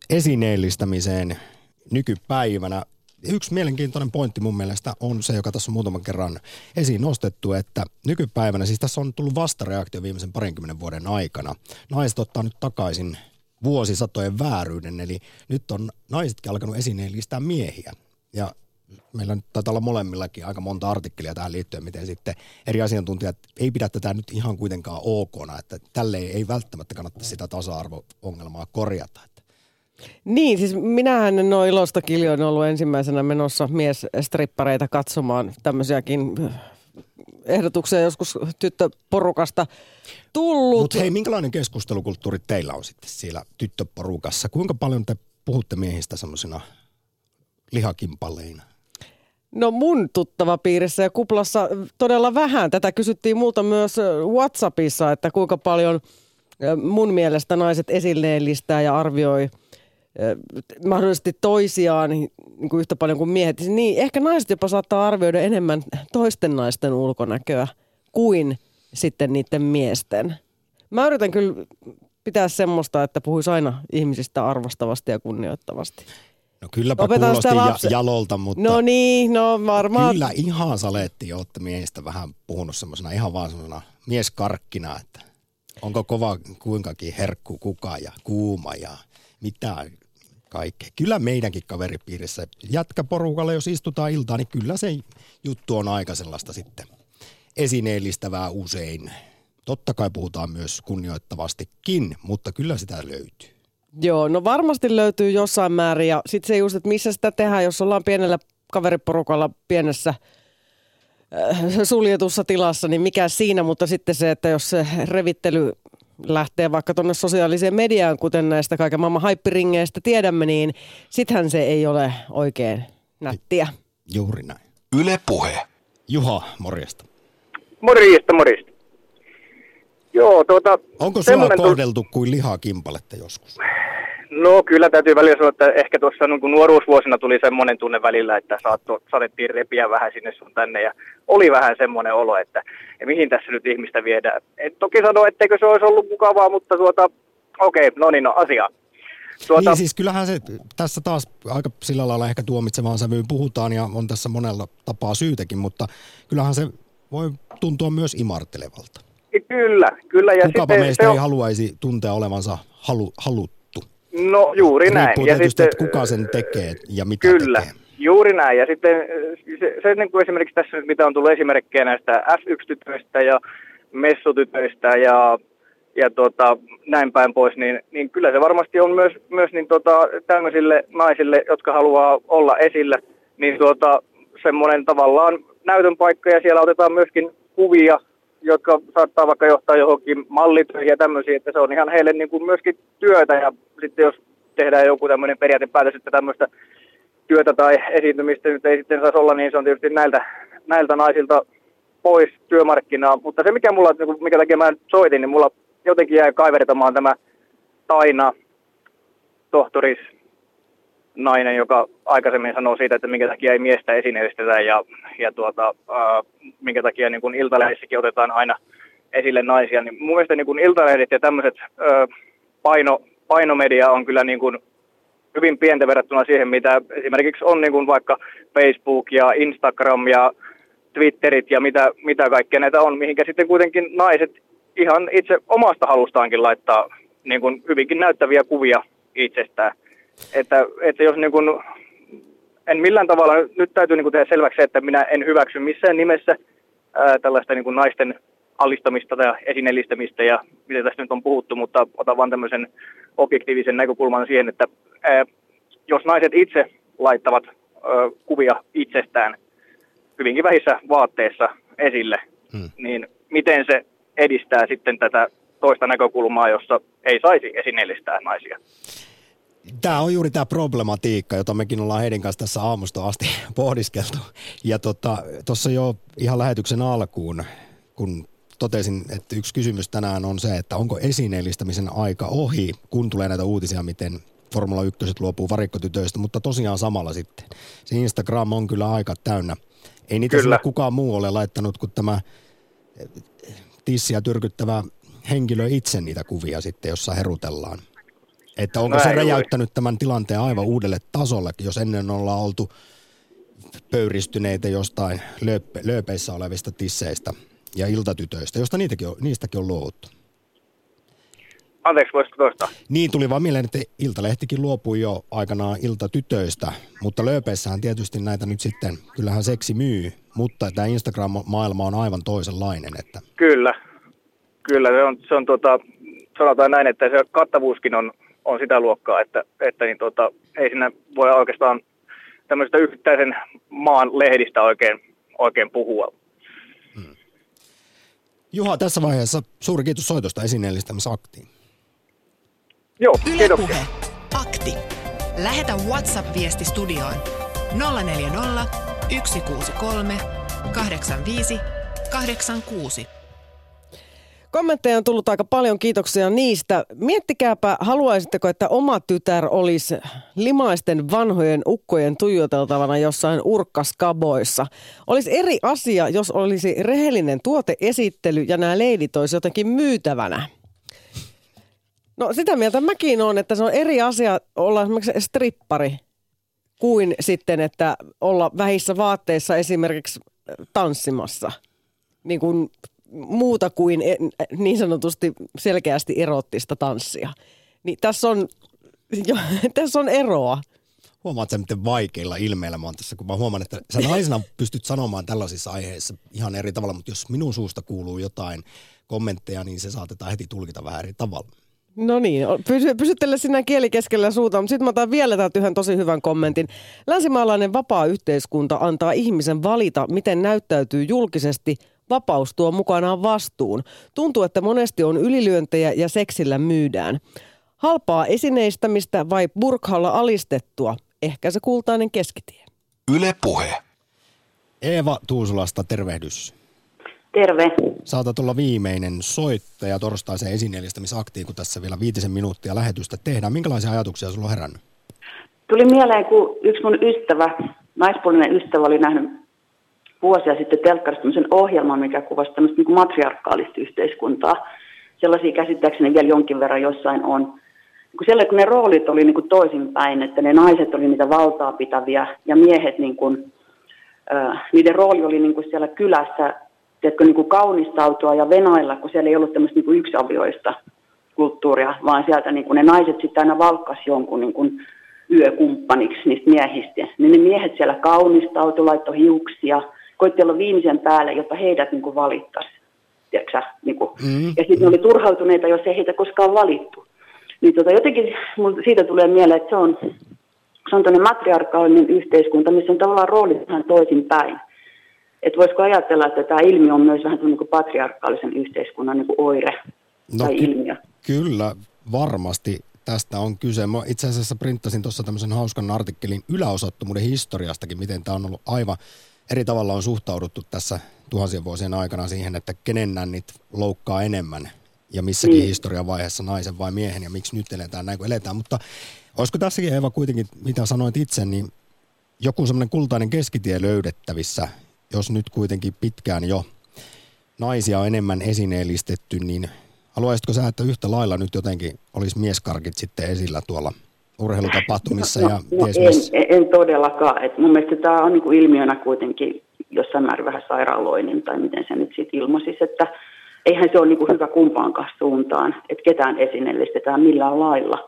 esineellistämiseen nykypäivänä. Yksi mielenkiintoinen pointti mun mielestä on se, joka tässä on muutaman kerran esiin nostettu, että nykypäivänä, siis tässä on tullut vastareaktio viimeisen parinkymmenen vuoden aikana. Naiset ottaa nyt takaisin vuosisatojen vääryyden, eli nyt on naisetkin alkanut esineellistää miehiä. Ja meillä nyt taitaa olla molemmillakin aika monta artikkelia tähän liittyen, miten sitten eri asiantuntijat ei pidä tätä nyt ihan kuitenkaan okona, että tälle ei välttämättä kannata sitä tasa-arvo-ongelmaa korjata. Niin, siis minähän en ole ilosta kiljoin ollut ensimmäisenä menossa miesstrippareita katsomaan, tämmöisiäkin ehdotuksia joskus tyttöporukasta tullut. Mutta hei, minkälainen keskustelukulttuuri teillä on sitten siellä tyttöporukassa? Kuinka paljon te puhutte miehistä semmoisina lihakimpaleina? No mun tuttava piirissä ja kuplassa todella vähän. Tätä kysyttiin multa myös WhatsAppissa, että kuinka paljon mun mielestä naiset esineellistää ja arvioi mahdollisesti toisiaan niin kuin yhtä paljon kuin miehet. Niin, ehkä naiset jopa saattaa arvioida enemmän toisten naisten ulkonäköä kuin sitten niiden miesten. Mä yritän kyllä pitää semmoista, että puhuisi aina ihmisistä arvostavasti ja kunnioittavasti. No kylläpä kuulosti ja, jalolta, mutta no niin, no varmaan. Kyllä ihan saletti olette miehistä vähän puhunut semmoisena ihan vaan semmoisena mieskarkkina, että onko kova kuinkakin herkku kuka ja kuuma ja mitä kaikkea. Kyllä meidänkin kaveripiirissä jätkäporukalla, jos istutaan iltaan, niin kyllä se juttu on aika sellaista sitten esineellistävää usein. Totta kai puhutaan myös kunnioittavastikin, mutta kyllä sitä löytyy. Joo, no varmasti löytyy jossain määrin ja sitten se just, että missä sitä tehdään, jos ollaan pienellä kaveriporukalla pienessä äh, suljetussa tilassa, niin mikä siinä, mutta sitten se, että jos se revittely lähtee vaikka tuonne sosiaaliseen mediaan, kuten näistä kaiken maailman haippiringeistä tiedämme, niin sittenhän se ei ole oikein nättiä. Juuri näin. Yle Puhe. Juha, morjesta. Morjesta, morjesta. Joo, tuota... Onko sua kohdeltu kuin lihakimpaletta joskus? No kyllä täytyy välillä sanoa, että ehkä tuossa niin nuoruusvuosina tuli semmoinen tunne välillä, että saatto, saatettiin repiä vähän sinne sun tänne ja oli vähän semmoinen olo, että ja mihin tässä nyt ihmistä viedään. En toki sano, etteikö se olisi ollut mukavaa, mutta tuota, okei, okay, no niin, no asia. Tuota... Niin siis kyllähän se tässä taas aika sillä lailla ehkä tuomitsevaan sävyyn puhutaan ja on tässä monella tapaa syytäkin, mutta kyllähän se voi tuntua myös imartelevalta. Kyllä, kyllä. Ja kukapa sitten meistä on... ei haluaisi tuntea olevansa halu, haluttu? No juuri näin. Riippuu ja tietysti, sitten, että kuka sen tekee ja mitä kyllä, tekee. Juuri näin. Ja sitten se, se niin kuin esimerkiksi tässä, mitä on tullut esimerkkejä näistä F yksi -tytöistä ja messutytöistä ja, ja tota, näin päin pois, niin, niin kyllä se varmasti on myös, myös niin tota, tämmöisille naisille, jotka haluaa olla esillä, niin tuota, semmoinen tavallaan näytön paikka ja siellä otetaan myöskin kuvia, jotka saattaa vaikka johtaa johonkin mallitöihin ja tämmöisiä, että se on ihan heille niin kuin myöskin työtä. Ja sitten jos tehdään joku tämmöinen periaatepäätös, että tämmöistä työtä tai esiintymistä nyt ei sitten saisi olla, niin se on tietysti näiltä, näiltä naisilta pois työmarkkinaa. Mutta se, mikä mulla, mikä takia mä soitin, niin mulla jotenkin jäi kaivertamaan tämä Taina, tohtoris nainen, joka aikaisemmin sanoi siitä, että minkä takia ei miestä esineellistetä ja, ja tuota, ää, minkä takia niin kun iltalehdissäkin otetaan aina esille naisia. Niin mun mielestä niin kun iltalehdit ja tämmöiset ää, paino, painomedia on kyllä niin kun hyvin pientä verrattuna siihen, mitä esimerkiksi on niin kun vaikka Facebook ja Instagram ja Twitterit ja mitä, mitä kaikkea näitä on, mihinkä sitten kuitenkin naiset ihan itse omasta halustaankin laittaa niin kun hyvinkin näyttäviä kuvia itsestään. Että, että jos niin kun, en millään tavalla, nyt täytyy niin kun tehdä selväksi se, että minä en hyväksy missään nimessä ää, tällaista niin kun naisten alistamista tai esineellistämistä ja mitä tästä nyt on puhuttu, mutta otan vaan tämmöisen objektiivisen näkökulman siihen, että ää, jos naiset itse laittavat ää, kuvia itsestään hyvinkin vähissä vaatteissa esille, hmm. niin miten se edistää sitten tätä toista näkökulmaa, jossa ei saisi esineellistää naisia? Tämä on juuri tämä problematiikka, jota mekin ollaan heidän kanssa tässä aamusta asti pohdiskeltu. Ja tuossa jo ihan lähetyksen alkuun, kun totesin, että yksi kysymys tänään on se, että onko esineellistämisen aika ohi, kun tulee näitä uutisia, miten Formula yksi luopuu varikkotytöistä, mutta tosiaan samalla sitten. Se Instagram on kyllä aika täynnä. Ei niitä sillä kukaan muu ole laittanut kuin tämä tissiä tyrkyttävä henkilö itse niitä kuvia sitten, jossa herutellaan. Että onko Näin se juuri. räjäyttänyt tämän tilanteen aivan uudelle tasolle, jos ennen ollaan oltu pöyristyneitä jostain lööpe, lööpeissä olevista tisseistä ja iltatytöistä, josta niitäkin on, niistäkin on luovuttu. Anteeksi, voisitko toistaa? Niin tuli vaan mieleen, että Iltalehtikin luopui jo aikanaan iltatytöistä, mutta lööpeissähän tietysti näitä nyt sitten, kyllähän seksi myy, mutta tämä Instagram-maailma on aivan toisenlainen. Että... Kyllä, kyllä se on, se on tota, sanotaan näin, että se kattavuuskin on, on sitä luokkaa, että, että niin tota, ei siinä voi oikeastaan tämmöisestä yksittäisen maan lehdistä oikein, oikein puhua. Hmm. Juha, tässä vaiheessa suuri kiitos soitosta esineellistämisaktiin. Joo, Yle kiitoksia. Puhe. Akti. Lähetä WhatsApp-viesti studioon nolla neljä nolla, yksi kuusi kolme, kahdeksan viisi, kahdeksan kuusi. Kommentteja on tullut aika paljon, kiitoksia niistä. Miettikääpä, haluaisitteko, että oma tytär olisi limaisten vanhojen ukkojen tuijoteltavana jossain urkkaskaboissa. Olisi eri asia, jos olisi rehellinen tuoteesittely ja nämä leidit olisi jotenkin myytävänä. No sitä mieltä mäkin on, että se on eri asia olla esimerkiksi strippari kuin sitten, että olla vähissä vaatteissa esimerkiksi tanssimassa. Niin kuin muuta kuin niin sanotusti selkeästi erottista tanssia. Niin tässä on, jo, tässä on eroa. Huomaat sä, miten vaikeilla ilmeillä mä oon tässä, kun mä huomaan, että sä naisena pystyt sanomaan tällaisissa aiheissa ihan eri tavalla, mutta jos minun suusta kuuluu jotain kommentteja, niin se saatetaan heti tulkita vähän eri tavalla. No niin, pysy, pysyttele sinä kieli keskellä suuta, mutta sitten mä otan vielä täältä yhden tosi hyvän kommentin. Länsimaalainen vapaa yhteiskunta antaa ihmisen valita, miten näyttäytyy julkisesti. Vapaus tuo mukanaan vastuun. Tuntuu, että monesti on ylilyöntejä ja seksillä myydään. Halpaa esineistämistä vai burkhalla alistettua? Ehkä se kultainen keskitie. Yle Puhe. Eeva Tuusulasta, tervehdys. Terve. Saatat olla viimeinen soittaja torstaisen esineellistämisaktiin, kun tässä vielä viitisen minuuttia lähetystä tehdään. Minkälaisia ajatuksia sulla on herännyt? Tuli mieleen, kun yksi mun ystävä, naispuolinen ystävä, oli nähnyt vuosia sitten telkkarissa tämmöisen ohjelman, mikä kuvasi tämmöistä niin kuin matriarkaalista yhteiskuntaa. Sellaisia käsittääkseni vielä jonkin verran jossain on. Kun siellä kun ne roolit oli niin kuin toisinpäin, että ne naiset oli niitä valtaa pitäviä ja miehet, niin kuin, äh, niiden rooli oli niin kuin siellä kylässä, tiedätkö, niin kuin kaunistautua ja venailla, kun siellä ei ollut tämmöistä niin kuin yksiavioista kulttuuria, vaan sieltä niin kuin ne naiset sitten aina valkkasi jonkun niin kuin yökumppaniksi niistä miehistä. Niin ne miehet siellä kaunistautui, laittoi hiuksia, koitti olla viimeisen päälle, jotta heidät niin kuin valittaisi. Niin kuin. Mm. Ja sitten ne oli turhautuneita, jos ei heitä koskaan valittu. Niin tota, jotenkin siitä tulee mieleen, että se on, se on tämmöinen matriarkaalinen yhteiskunta, missä on tavallaan roolit vähän toisinpäin. Että voisiko ajatella, että tämä ilmiö on myös vähän niin kuin patriarkaalisen yhteiskunnan niin kuin oire no, tai ky- ilmiö? Kyllä, varmasti tästä on kyse. Mä itse asiassa printtasin tuossa tämmöisen hauskan artikkelin yläosattomuuden historiastakin, miten tämä on ollut aivan eri tavalla on suhtauduttu tässä tuhansien vuosien aikana siihen, että kenen nännit loukkaa enemmän ja missäkin niin. historian vaiheessa naisen vai miehen ja miksi nyt eletään näin kuin eletään. Mutta olisiko tässäkin, Eeva, kuitenkin, mitä sanoit itse, niin joku semmoinen kultainen keskitie löydettävissä, jos nyt kuitenkin pitkään jo naisia on enemmän esineellistetty, niin haluaisitko sä, että yhtä lailla nyt jotenkin olisi mieskarkit sitten esillä tuolla urheilutapahtumissa no, ja no, ties en, missä? en todellakaan. Et mun mielestä tämä on niinku ilmiönä kuitenkin jossain määrin vähän sairaaloinen, tai miten se nyt sitten ilmaisisi, että eihän se ole niinku hyvä kumpaankaan suuntaan, että ketään esineellistetään millään lailla.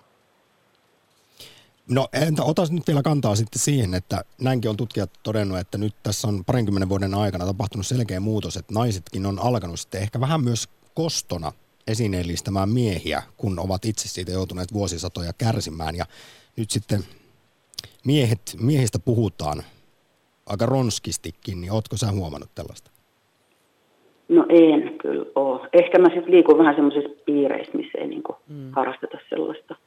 No entä otas nyt vielä kantaa sitten siihen, että näinkin on tutkijat todennut, että nyt tässä on parinkymmenen vuoden aikana tapahtunut selkeä muutos, että naisetkin on alkanut sitten ehkä vähän myös kostona esineellistämään miehiä, kun ovat itse siitä joutuneet vuosisatoja kärsimään. Ja nyt sitten miehet, miehistä puhutaan aika ronskistikin, niin ootko sä huomannut tällaista? No en kyllä ole. Ehkä mä sitten liikun vähän semmoisessa piireissä, missä ei niinku mm. harrasteta sellaista.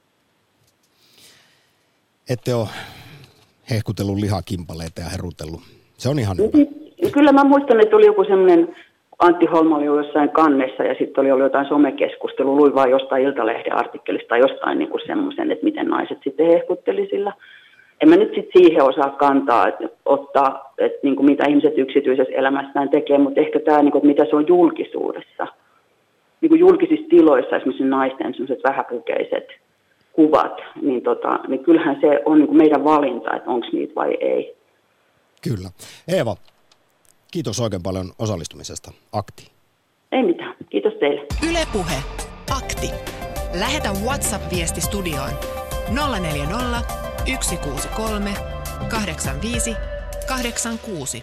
Ette ole hehkutellut lihakimpaleita ja herutellut. Se on ihan hyvä. Kyllä mä muistan, että oli joku semmoinen, Antti Holma oli jossain kannessa ja sitten oli ollut jotain somekeskustelua, luin vaan jostain Iltalehden artikkelista tai jostain niinku semmoisen, että miten naiset sitten hehkutteli sillä. En mä nyt sitten siihen osaa kantaa, että ottaa, että niinku mitä ihmiset yksityisessä elämässään tekee, mutta ehkä tämä, niinku, mitä se on julkisuudessa. Niinku julkisissa tiloissa esimerkiksi naisten sellaiset vähäpukeiset kuvat, niin, tota, niin kyllähän se on niin kuin meidän valinta, että onko niitä vai ei. Kyllä. Eeva, kiitos oikein paljon osallistumisesta Aktiin. Ei mitään. Kiitos teille. Yle Puhe. Akti. Lähetä WhatsApp-viesti studioon nolla neljä nolla, yksi kuusi kolme, kahdeksan viisi, kahdeksan kuusi.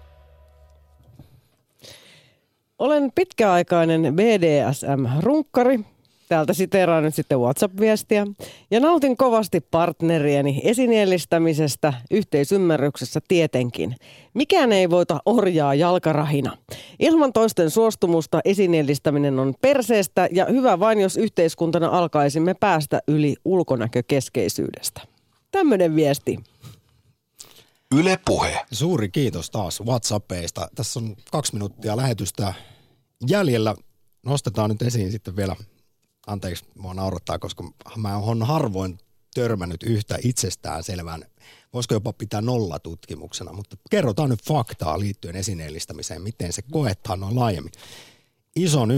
Olen pitkäaikainen B D S M-runkkari. Täältä siteeraan nyt sitten WhatsApp-viestiä. Ja nautin kovasti partnerieni esineellistämisestä, yhteisymmärryksessä tietenkin. Mikään ei voita orjaa jalkarahina. Ilman toisten suostumusta esineellistäminen on perseestä ja hyvä vain, jos yhteiskuntana alkaisimme päästä yli ulkonäkökeskeisyydestä. Tämmöinen viesti. Yle Puhe. Suuri kiitos taas WhatsAppeista. Tässä on kaksi minuuttia lähetystä jäljellä. Nostetaan nyt esiin sitten vielä, anteeksi mua naurattaa, koska mä oon harvoin törmännyt yhtä itsestään selvän, voisiko jopa pitää nollatutkimuksena, mutta kerrotaan nyt faktaa liittyen esineellistämiseen, miten se koetaan noin laajemmin. Ison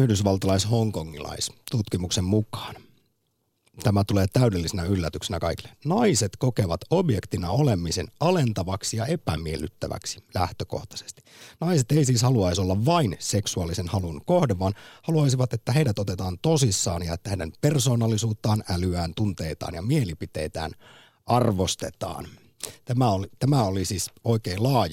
yhdysvaltalais-hongkongilais-tutkimuksen mukaan. Tämä tulee täydellisenä yllätyksenä kaikille. Naiset kokevat objektina olemisen alentavaksi ja epämiellyttäväksi lähtökohtaisesti. Naiset ei siis haluaisi olla vain seksuaalisen halun kohde, vaan haluaisivat, että heidät otetaan tosissaan ja että heidän persoonallisuuttaan, älyään, tunteitaan ja mielipiteitään arvostetaan. Tämä oli, tämä oli siis oikein laaja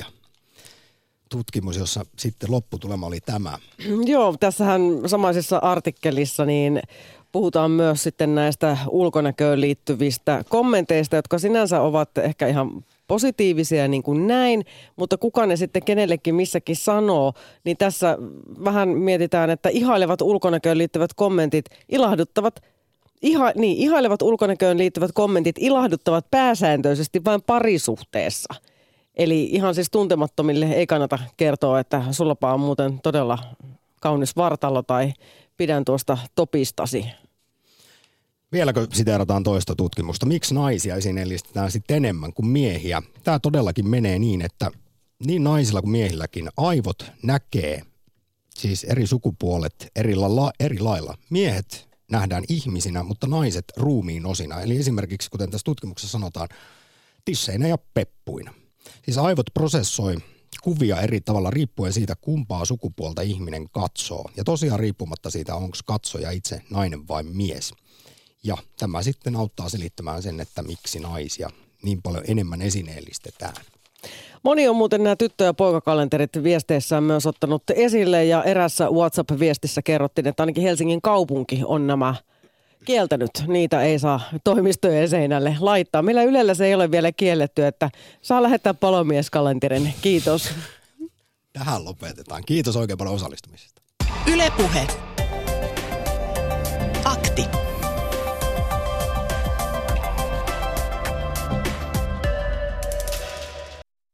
tutkimus, jossa sitten lopputulema oli tämä. Joo, tässähän samaisessa artikkelissa niin puhutaan myös sitten näistä ulkonäköön liittyvistä kommenteista, jotka sinänsä ovat ehkä ihan positiivisia niin kuin näin, mutta kuka ne sitten kenellekin missäkin sanoo, niin tässä vähän mietitään, että ihailevat ulkonäköön liittyvät kommentit ilahduttavat, iha, niin, ihailevat ulkonäköön liittyvät kommentit ilahduttavat pääsääntöisesti vain parisuhteessa. Eli ihan siis tuntemattomille ei kannata kertoa, että sullapa on muuten todella kaunis vartalo tai pidän tuosta topistasi. Vieläkö siteerataan toista tutkimusta? Miksi naisia esineellistetään sitten enemmän kuin miehiä? Tämä todellakin menee niin, että niin naisilla kuin miehilläkin aivot näkee, siis eri sukupuolet eri, la, eri lailla. Miehet nähdään ihmisinä, mutta naiset ruumiin osina. Eli esimerkiksi, kuten tässä tutkimuksessa sanotaan, tisseinä ja peppuina. Siis aivot prosessoi kuvia eri tavalla riippuen siitä, kumpaa sukupuolta ihminen katsoo. Ja tosiaan riippumatta siitä, onko katsoja itse nainen vai mies. Ja tämä sitten auttaa selittämään sen, että miksi naisia niin paljon enemmän esineellistetään. Moni on muuten nämä tyttö- ja poikakalenterit viesteissään myös ottanut esille ja erässä WhatsApp-viestissä kerrottiin, että ainakin Helsingin kaupunki on nämä kieltänyt. Niitä ei saa toimistojen seinälle laittaa. Meillä Ylellä se ei ole vielä kielletty, että saa lähettää palomieskalenterin. Kiitos. Tähän lopetetaan. Kiitos oikein paljon osallistumisesta. Yle Puhe. Akti.